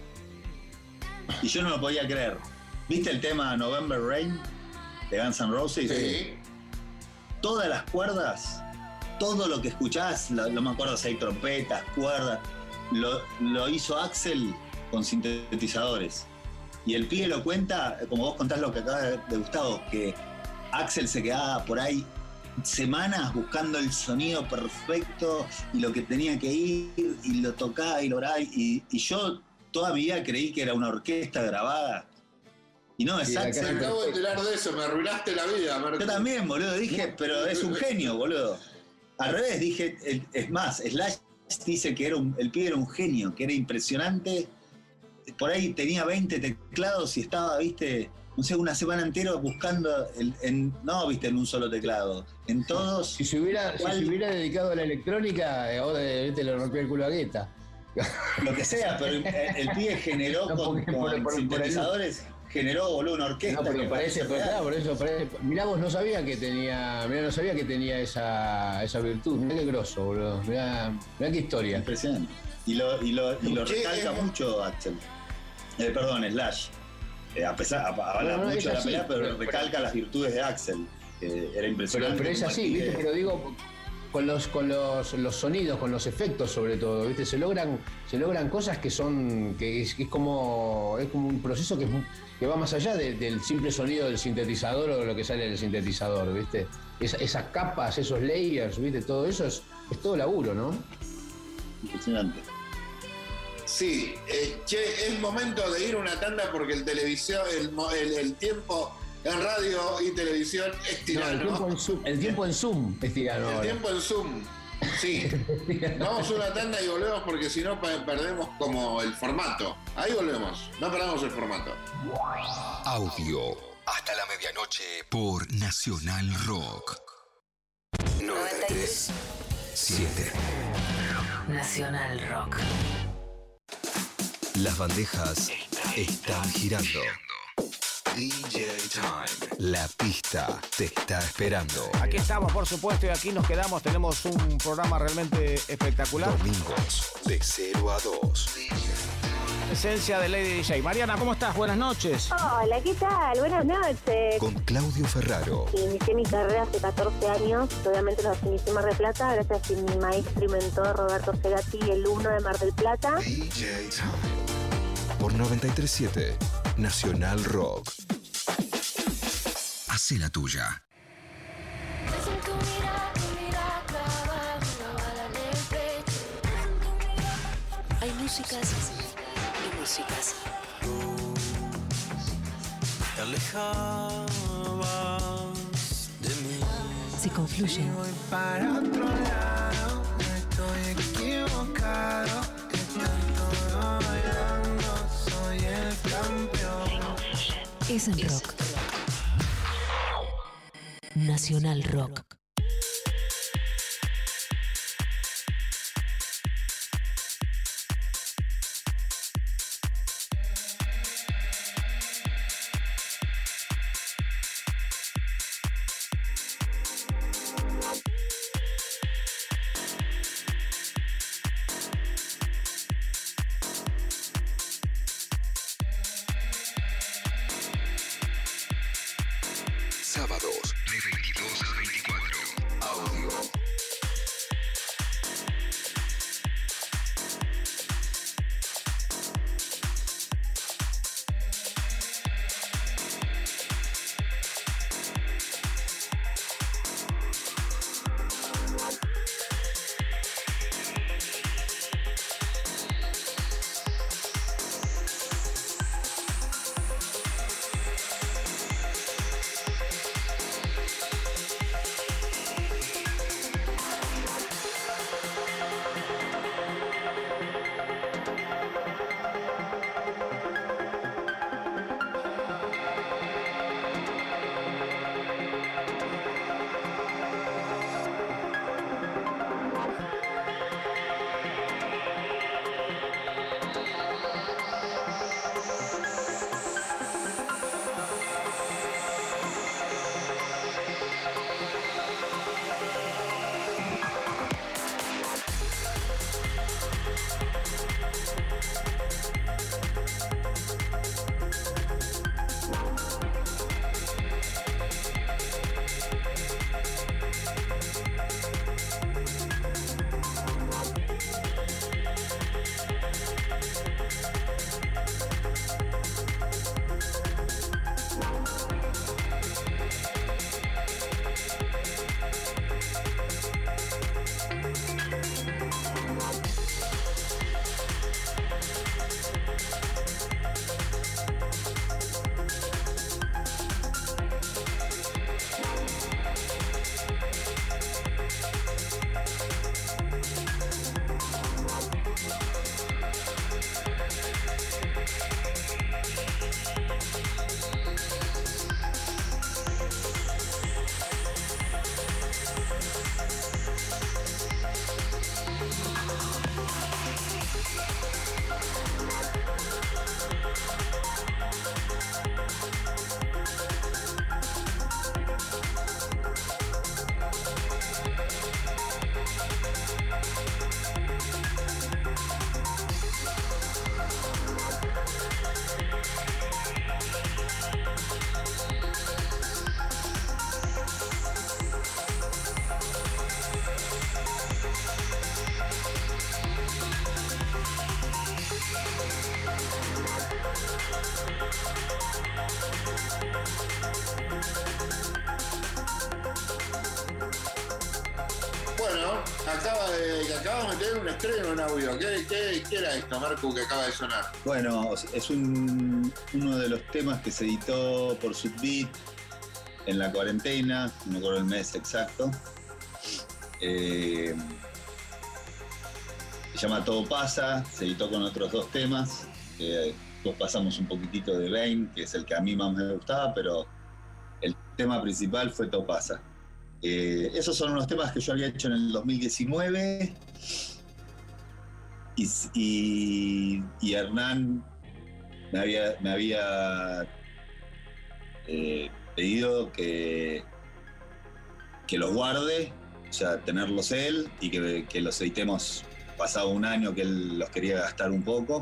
Y yo no lo podía creer. ¿Viste el tema November Rain de Guns N' Roses? Sí. Todas las cuerdas, todo lo que escuchás, lo, no me acuerdo si hay trompetas, cuerdas, lo, lo hizo Axel con sintetizadores. Y el pibe lo cuenta, como vos contás lo que acaba de Gustavo, que Axel se quedaba por ahí semanas buscando el sonido perfecto y lo que tenía que ir, y lo tocaba y lo grababa. Y, y yo toda mi vida creí que era una orquesta grabada. Y no, es Axel. Me acabo de enterar de eso, me arruinaste la vida, Marco. Yo también, boludo, dije, pero es un genio, boludo. Al revés, dije, es más, Slash dice que era un, el pibe era un genio, que era impresionante. Por ahí tenía veinte teclados y estaba, viste, no sé, una semana entera buscando, el, en, no, viste, en un solo teclado, en todos. Si se hubiera, si se hubiera dedicado a la electrónica, ahora viste, le rompió el culo a Guetta. Lo que sea, pero el, el pibe generó no, con, con por, por, sintetizadores... Por generó, boludo, una orquesta. No, porque parece, pero claro, por eso parece. Mirá, vos no sabía que tenía. Mirá, no sabía que tenía esa, esa virtud. Mirá qué grosso, boludo. Mirá, mirá qué historia. Impresionante. Y lo, y lo, y lo recalca mucho Axel. Eh, perdón, Slash. Eh, a pesar, habla no, no, mucho de la pelea, pero, pero recalca pero, las virtudes de Axel. Que era impresionante. Pero, pero es así, ¿viste? Pero digo, con los, con los, los sonidos, con los efectos sobre todo, ¿viste? Se logran, se logran cosas que son. que es, que es como. es como un proceso que es que va más allá de, del simple sonido del sintetizador o de lo que sale del sintetizador, ¿viste? Es, esas capas, esos layers, ¿viste? Todo eso es, es todo laburo, ¿no? Impresionante. Sí, eh, che, es momento de ir a una tanda porque el televisión, el, el, el tiempo en radio y televisión es tirano. No, el, tiempo en Zoom, el tiempo en Zoom es tirano. El ahora. tiempo en Zoom. Sí, vamos a una tanda y volvemos porque si no perdemos como el formato. Ahí volvemos, no perdamos el formato. Audio hasta la medianoche por Nacional Rock. noventa y tres punto siete. Nacional Rock. Las bandejas están girando. D J Time. La pista te está esperando. Aquí estamos, por supuesto, y aquí nos quedamos. Tenemos un programa realmente espectacular. Domingos de cero a dos. Esencia de Lady D J. Mariana, ¿cómo estás? Buenas noches. Hola, ¿qué tal? Buenas noches. Con Claudio Ferraro. Inicié mi carrera hace catorce años. Obviamente los inicié en Mar del Plata, gracias a mi maestro y mentor Roberto Segatti, el uno de Mar del Plata. D J Time. Por noventa y tres punto siete. Nacional Rock. Hacé la tuya. Hay músicas y músicas. Te alejabas de mí. Se confluyen. Voy para otro lado, no estoy equivocado. Estoy todo bailando, soy el campeón. Es en rock. Nacional Rock. Sábados de veintidós a veinticuatro. Audio. Bueno, acaba de, acabamos de tener un estreno en audio. ¿Qué, qué, qué era esto, Marco, que acaba de sonar? Bueno, es un, uno de los temas que se editó por Subbeat en la cuarentena, no me acuerdo el mes exacto. Eh, se llama Todo Pasa, se editó con otros dos temas. Eh, después pasamos un poquitito de Bane, que es el que a mí más me gustaba, pero tema principal fue Topasa. Eh, esos son unos temas que yo había hecho en el dos mil diecinueve y, y, y Hernán me había, me había eh, pedido que, que los guarde, o sea, tenerlos él y que, que los editemos pasado un año, que él los quería gastar un poco.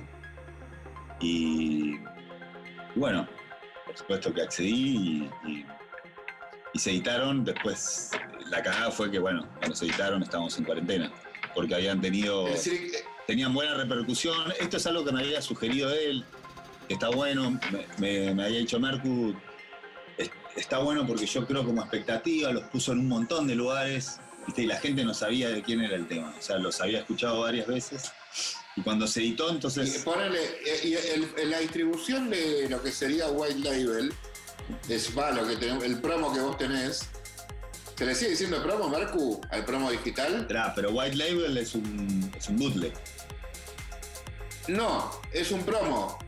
Y bueno, por supuesto que accedí y, y y se editaron. Después la cagada fue que, bueno, cuando se editaron estábamos en cuarentena, porque habían tenido, tenían buena repercusión. Esto es algo que me había sugerido él, que está bueno, me, me, me había dicho Mercu, es, está bueno porque yo creo como expectativa, los puso en un montón de lugares, ¿viste? Y la gente no sabía de quién era el tema, o sea, los había escuchado varias veces. Y cuando se editó, entonces... Y, ponele, y el, el, la distribución de lo que sería White Label, es va, lo que tenemos, el promo que vos tenés, ¿se le sigue diciendo promo, Mercu, al promo digital? Tra, pero White Label es un, es un bootleg. No, es un promo.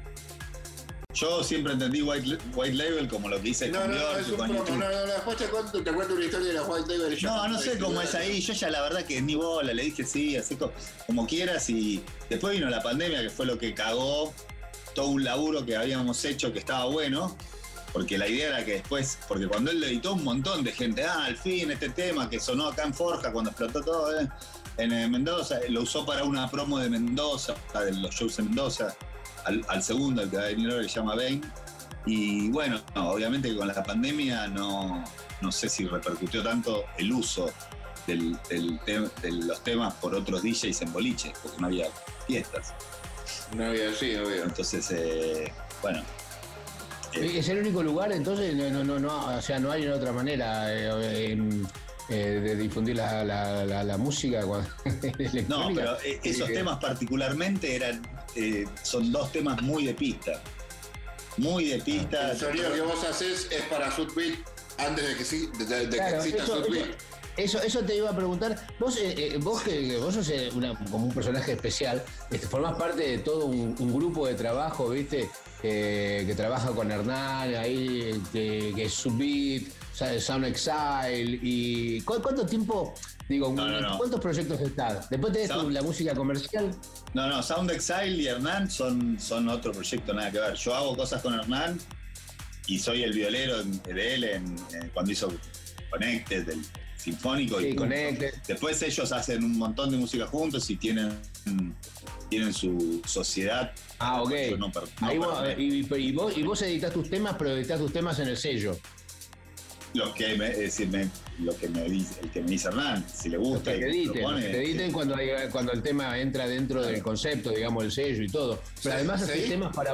Yo siempre entendí White, white Label como lo que dice no, con no, Bjork, no, es un con promo. YouTube. No, no, no, después te cuento, te cuento una historia de la White Label. Y no, no sé cómo es ahí. Yo ya la verdad que ni bola, le dije sí, así como, como quieras. Y después vino la pandemia, que fue lo que cagó todo un laburo que habíamos hecho que estaba bueno. Porque la idea era que después, porque cuando él lo editó, un montón de gente, ah, al fin este tema que sonó acá en Forja cuando explotó todo eh, en eh, Mendoza, lo usó para una promo de Mendoza, de los shows en Mendoza, al, al segundo, el que va a venir ahora, que se llama Bane. Y bueno, no, obviamente que con la pandemia no, no sé si repercutió tanto el uso del, del te, de los temas por otros D Js en boliches, porque no había fiestas. No había, sí, obvio. Entonces, eh, bueno. ¿Es el único lugar entonces? No, no, no, no, o sea, no hay otra manera eh, eh, de difundir la, la, la, la música. No, pero eh, esos eh, temas particularmente eran, eh, son dos temas muy de pista. Muy de pista. El sonido que vos haces es para Sudbeat antes de que, sí, de, de, de claro, que exista Sudbeat. Eso, eso te iba a preguntar. Vos, eh, vos que vos sos una, como un personaje especial, este, formás parte de todo un, un grupo de trabajo, ¿viste? Eh, que trabaja con Hernán, ahí, que, que es Sudbeat, Sound Exile. Y ¿cuánto tiempo? Digo, no, no, no. ¿cuántos proyectos estás? Después tenés Sound... la música comercial. No, no, Sound Exile y Hernán son, son otro proyecto, nada que ver. Yo hago cosas con Hernán y soy el violero de él en, en, cuando hizo Connected, del Sinfónico. Sí, y Connected. Después ellos hacen un montón de música juntos y tienen, tienen su sociedad. Ah, ok. No, no, Ahí vos, y, y, vos, y vos editas tus temas, pero editas tus temas en el sello. Lo que me, es decir, me, lo que me dice, el que me dice Hernán, si le gusta. Que te editen, propone, que te editen que... cuando, hay, cuando el tema entra dentro claro. del concepto, digamos, el sello y todo. Pero además haces temas para.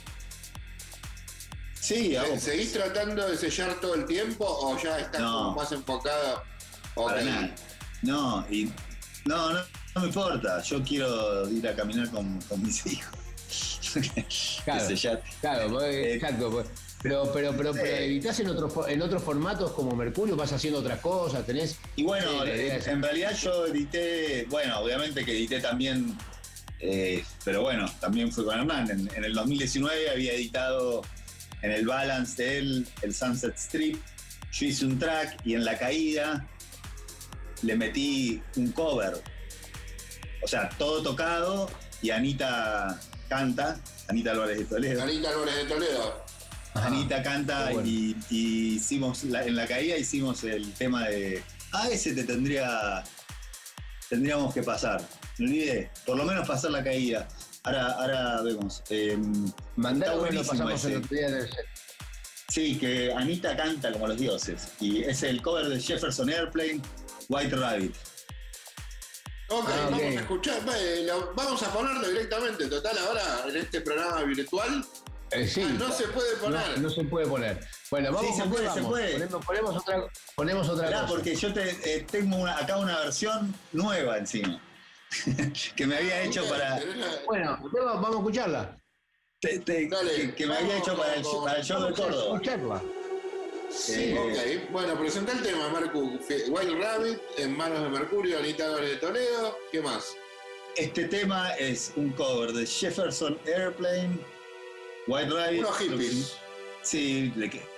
Sí, hago. ¿Seguís tratando de sellar todo el tiempo o ya estás no. como más enfocado? Para nada. No, y no, no, no me importa. Yo quiero ir a caminar con, con mis hijos. Claro, sellar. Claro, eh, exacto. Pero, pero, pero, pero editás en otros en otros formatos como Mercurio, vas haciendo otras cosas, tenés. Y bueno, eh, en, en realidad yo edité, bueno, obviamente que edité también, eh, pero bueno, también fue con Hernán. En, en el dos mil diecinueve había editado en el Balance de él el Sunset Strip. Yo hice un track y en la caída le metí un cover. O sea, todo tocado y Anita canta, Anita Álvarez de Toledo. Anita Álvarez de Toledo. Ajá. Anita canta bueno. y, y hicimos, la, en la caída hicimos el tema de, ah, ese te tendría, tendríamos que pasar. Me olvidé, por lo menos pasar la caída. Ahora, ahora vemos. Eh, Mandalo que lo pasamos el otro día en el set. Sí, que Anita canta como los dioses. Y es el cover de Jefferson Airplane, White Rabbit. Ok, ah, vamos okay. a escuchar, vamos a ponerlo directamente, total, ahora en este programa virtual. Eh, sí, ah, no se puede poner. No, no se puede poner. Bueno, vamos sí, se puede, vamos. se puede. Ponemos, ponemos otra, ponemos otra Mirá, cosa. Porque yo te, eh, tengo una, acá una versión nueva encima. que me había hecho para. Bueno, vamos a escucharla. Te, te, Dale, que, que me había hecho para el, para el show de Córdoba. Escucharla. Sí, eh, ok. Bueno, presenta el tema, Mercu. White Rabbit, en manos de Mercurio, Anita Álvarez de Toledo. ¿Qué más? Este tema es un cover de Jefferson Airplane, White Rabbit. Unos hippies. Sí, le,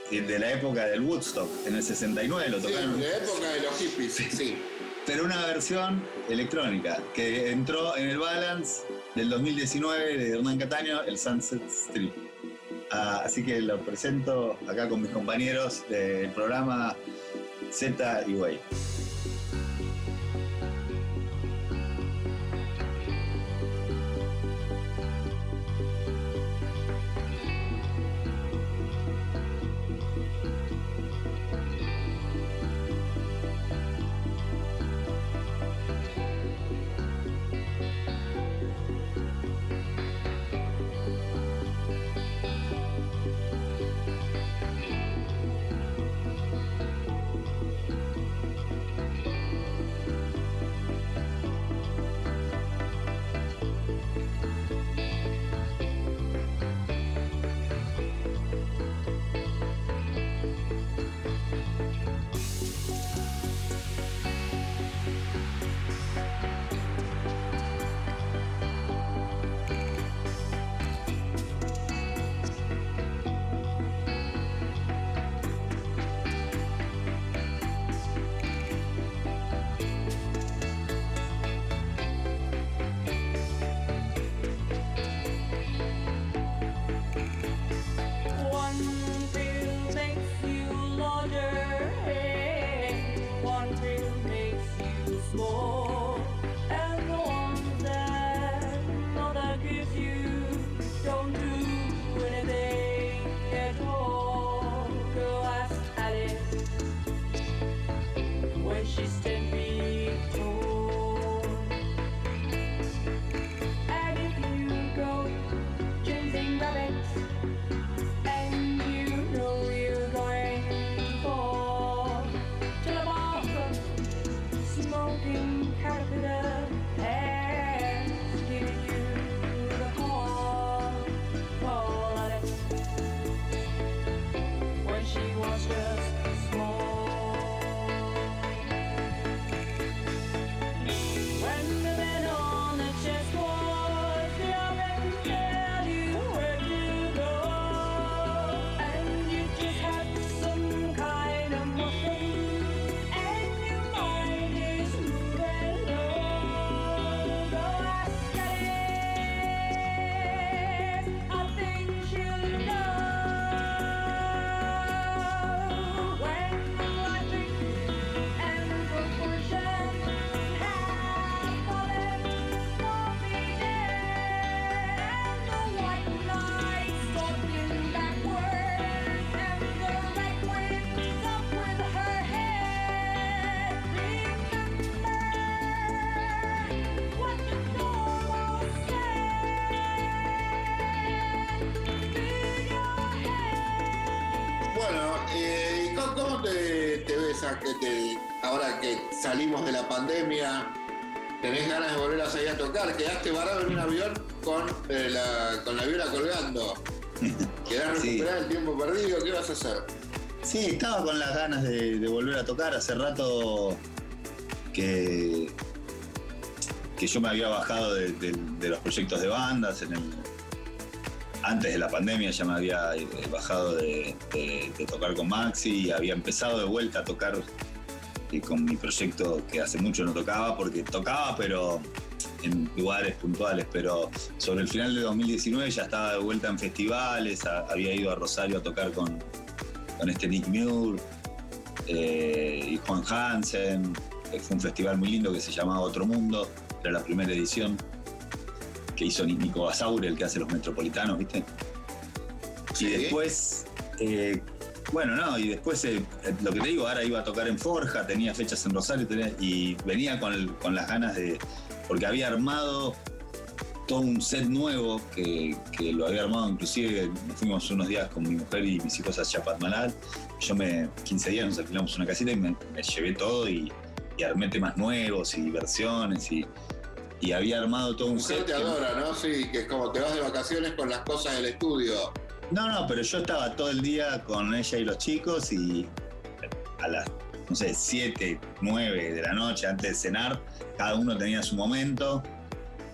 de la época del Woodstock, en el sesenta y nueve lo tocaron. Sí, de la época de los hippies, sí. Pero una versión electrónica, que entró en el Balance del dos mil diecinueve de Hernán Cataño, el Sunset Strip. Ah, así que lo presento acá con mis compañeros del programa Z y Way. Que te, ahora que salimos de la pandemia, tenés ganas de volver a salir a tocar, quedaste varado en un avión con, eh, la, con la viola colgando. ¿Querés recuperar sí. el tiempo perdido? ¿Qué vas a hacer? Sí, estaba con las ganas de, de volver a tocar. Hace rato que, que yo me había bajado de, de, de los proyectos de bandas. En el, antes de la pandemia ya me había bajado de, de, de tocar con Maxi y había empezado de vuelta a tocar eh, con mi proyecto que hace mucho no tocaba, porque tocaba pero en lugares puntuales, pero sobre el final de dos mil diecinueve ya estaba de vuelta en festivales, a, había ido a Rosario a tocar con, con este Nick Muir eh, y Juan Hansen. Eh, fue un festival muy lindo que se llamaba Otro Mundo, era la primera edición, que hizo Nico Basauri, el que hace los Metropolitanos, ¿viste? Sí. Y después, eh, bueno, no, y después, eh, lo que te digo, ahora iba a tocar en Forja, tenía fechas en Rosario, tenía, y venía con, el, con las ganas de, porque había armado todo un set nuevo, que, que lo había armado, inclusive nos fuimos unos días con mi mujer y mis hijos a Chapadmalal, yo me, quince días nos alquilamos una casita y me, me llevé todo y, y armé temas nuevos y versiones y y había armado todo un set. Te adora, ¿no? Sí, que es como te vas de vacaciones con las cosas del estudio. No, no, pero yo estaba todo el día con ella y los chicos y a las, no sé, siete, nueve de la noche antes de cenar, cada uno tenía su momento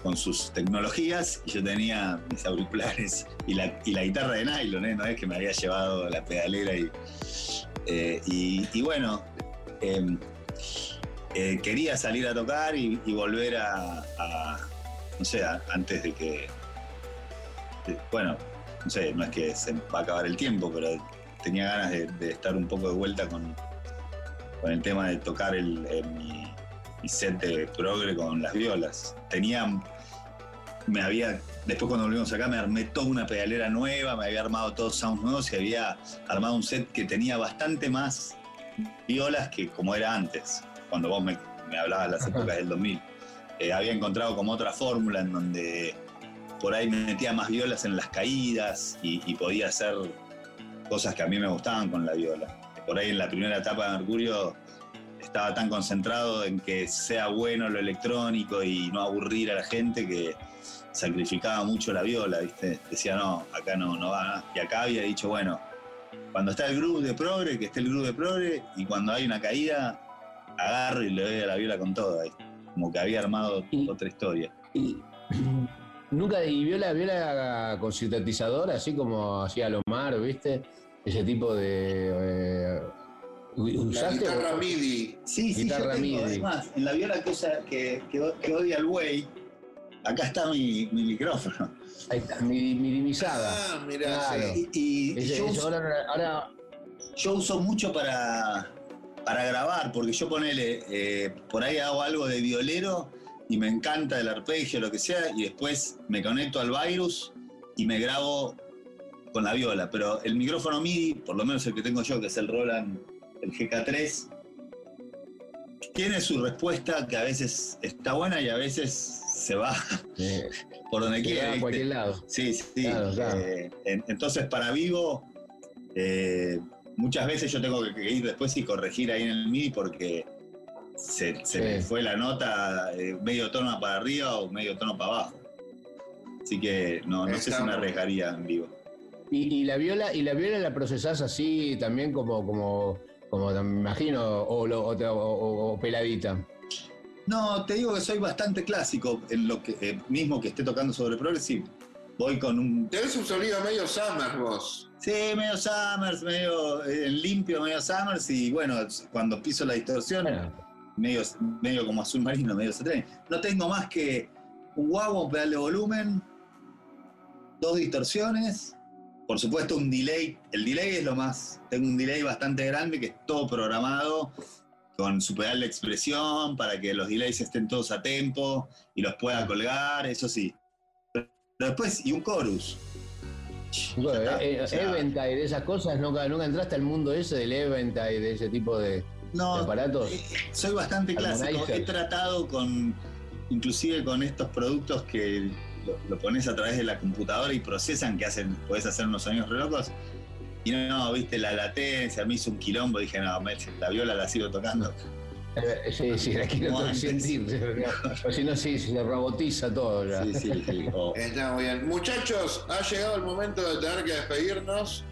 con sus tecnologías, y yo tenía mis auriculares y la, y la guitarra de nylon, ¿eh? No es que me había llevado la pedalera y, eh, y, y bueno, eh, eh, quería salir a tocar y, y volver a, a, no sé, a, antes de que, de, bueno, no sé, no es que se va a acabar el tiempo, pero tenía ganas de, de estar un poco de vuelta con, con el tema de tocar el, el, mi, mi set de progre con las violas. Tenía, me había, después cuando volvimos acá me armé toda una pedalera nueva, me había armado todos sounds nuevos y había armado un set que tenía bastante más violas que como era antes, cuando vos me, me hablabas de las épocas del dos mil. Eh, había encontrado como otra fórmula en donde por ahí me metía más violas en las caídas y, y podía hacer cosas que a mí me gustaban con la viola. Por ahí en la primera etapa de Mercurio estaba tan concentrado en que sea bueno lo electrónico y no aburrir a la gente que sacrificaba mucho la viola, ¿viste? Decía, no, acá no, no va. Y acá había dicho, bueno, cuando está el groove de progre, que esté el groove de progre, y cuando hay una caída, agarro y le doy a la viola con todo, ¿viste? Como que había armado y, otra historia. Y, nunca, y viola, viola con sintetizador, así como hacía Lomar, ¿viste? Ese tipo de... Eh, ¿usaste? La guitarra o? MIDI. Sí, sí, guitarra yo tengo, MIDI. Además, en la viola que, usa, que, que, que odia el güey, acá está mi, mi micrófono. Ahí está, minimizada. Ah, mirá, claro. sí. Y, y Ese, yo, eso, uso, ahora, ahora... yo uso mucho para, para grabar, porque yo ponele, eh, por ahí hago algo de violero y me encanta el arpegio, lo que sea, y después me conecto al Virus y me grabo con la viola. Pero el micrófono MIDI, por lo menos el que tengo yo, que es el Roland, el G K tres, tiene su respuesta que a veces está buena y a veces se va sí. por donde quiera. A cualquier lado. Sí, sí. Claro, claro. Eh, entonces, para vivo, eh, muchas veces yo tengo que ir después y corregir ahí en el MIDI porque se, se sí. me fue la nota eh, medio tono para arriba o medio tono para abajo. Así que no, no sé si me arriesgaría en vivo. ¿Y, y la viola y la viola la procesás así también como, como, como me imagino, o, o, o, o peladita? No, te digo que soy bastante clásico en lo que eh, mismo que esté tocando sobre progressive. Voy con un... Tenés un sonido medio Summers vos. Sí, medio Summers, medio eh, limpio, medio Summers, y bueno, cuando piso la distorsión, bueno. medio, medio como azul marino, medio Saturn. No tengo más que un guagua, un pedal de volumen, dos distorsiones, por supuesto un delay. El delay es lo más... Tengo un delay bastante grande que es todo programado con su pedal de expresión para que los delays estén todos a tempo y los pueda colgar, eso sí. Pero después, y un chorus. Bueno, eh, o sea, Eventide, de esas cosas, ¿nunca, nunca entraste al mundo ese del Eventide, de ese tipo de, no, de aparatos? Eh, soy bastante clásico. He tratado con, inclusive con estos productos que lo, lo pones a través de la computadora y procesan, que hacen, podés hacer unos sonidos re locos. Y no, no, viste, la latencia, me hizo un quilombo, dije, no, me, la viola la sigo tocando. Eh, sí, sí, la quiero sentir, o si no, sí, se robotiza todo ya. Sí, sí, sí. Oh. Está muy bien. Muchachos, ha llegado el momento de tener que despedirnos.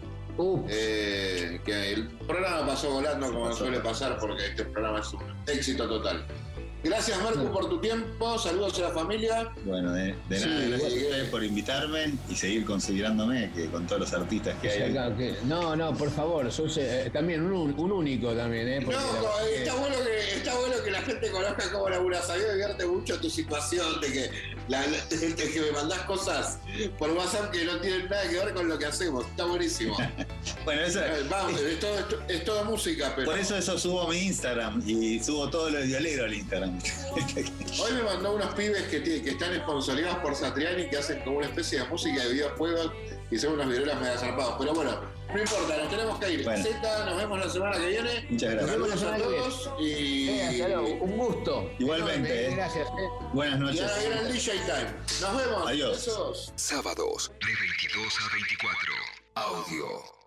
Eh, que el programa pasó volando como pasó. Suele pasar, porque este programa es un éxito total. Gracias, Marco, por tu tiempo. Saludos a la familia. Bueno, de, de sí, nada, gracias a ustedes por invitarme y seguir considerándome, que con todos los artistas que hay. Claro, que, no, no, por favor, sos eh, también un, un único también, ¿eh? No, la, está, bueno que, está bueno que la gente conozca cómo laburas. A mí me divierte mucho tu situación de que, la, de que me mandás cosas por WhatsApp que no tienen nada que ver con lo que hacemos. Está buenísimo. Bueno, eso Vamos, es, todo, es, es toda música, pero... Por eso eso subo a mi Instagram y subo todo lo de violero al Instagram. Hoy me mandó unos pibes que, que están sponsorizados por Satriani, que hacen como una especie de música de videojuegos y son unos violeros medio zarpados. Pero bueno, no importa, nos tenemos que ir. Bueno. Z, nos vemos la semana que viene. Muchas gracias. Nos vemos a todos y... Eh, un gusto. Igualmente. Eh. Gracias. Eh. Buenas noches. Y ahora viene el D J Time. Nos vemos. Adiós. Besos. Sábados de veintidós a veinticuatro. Audio.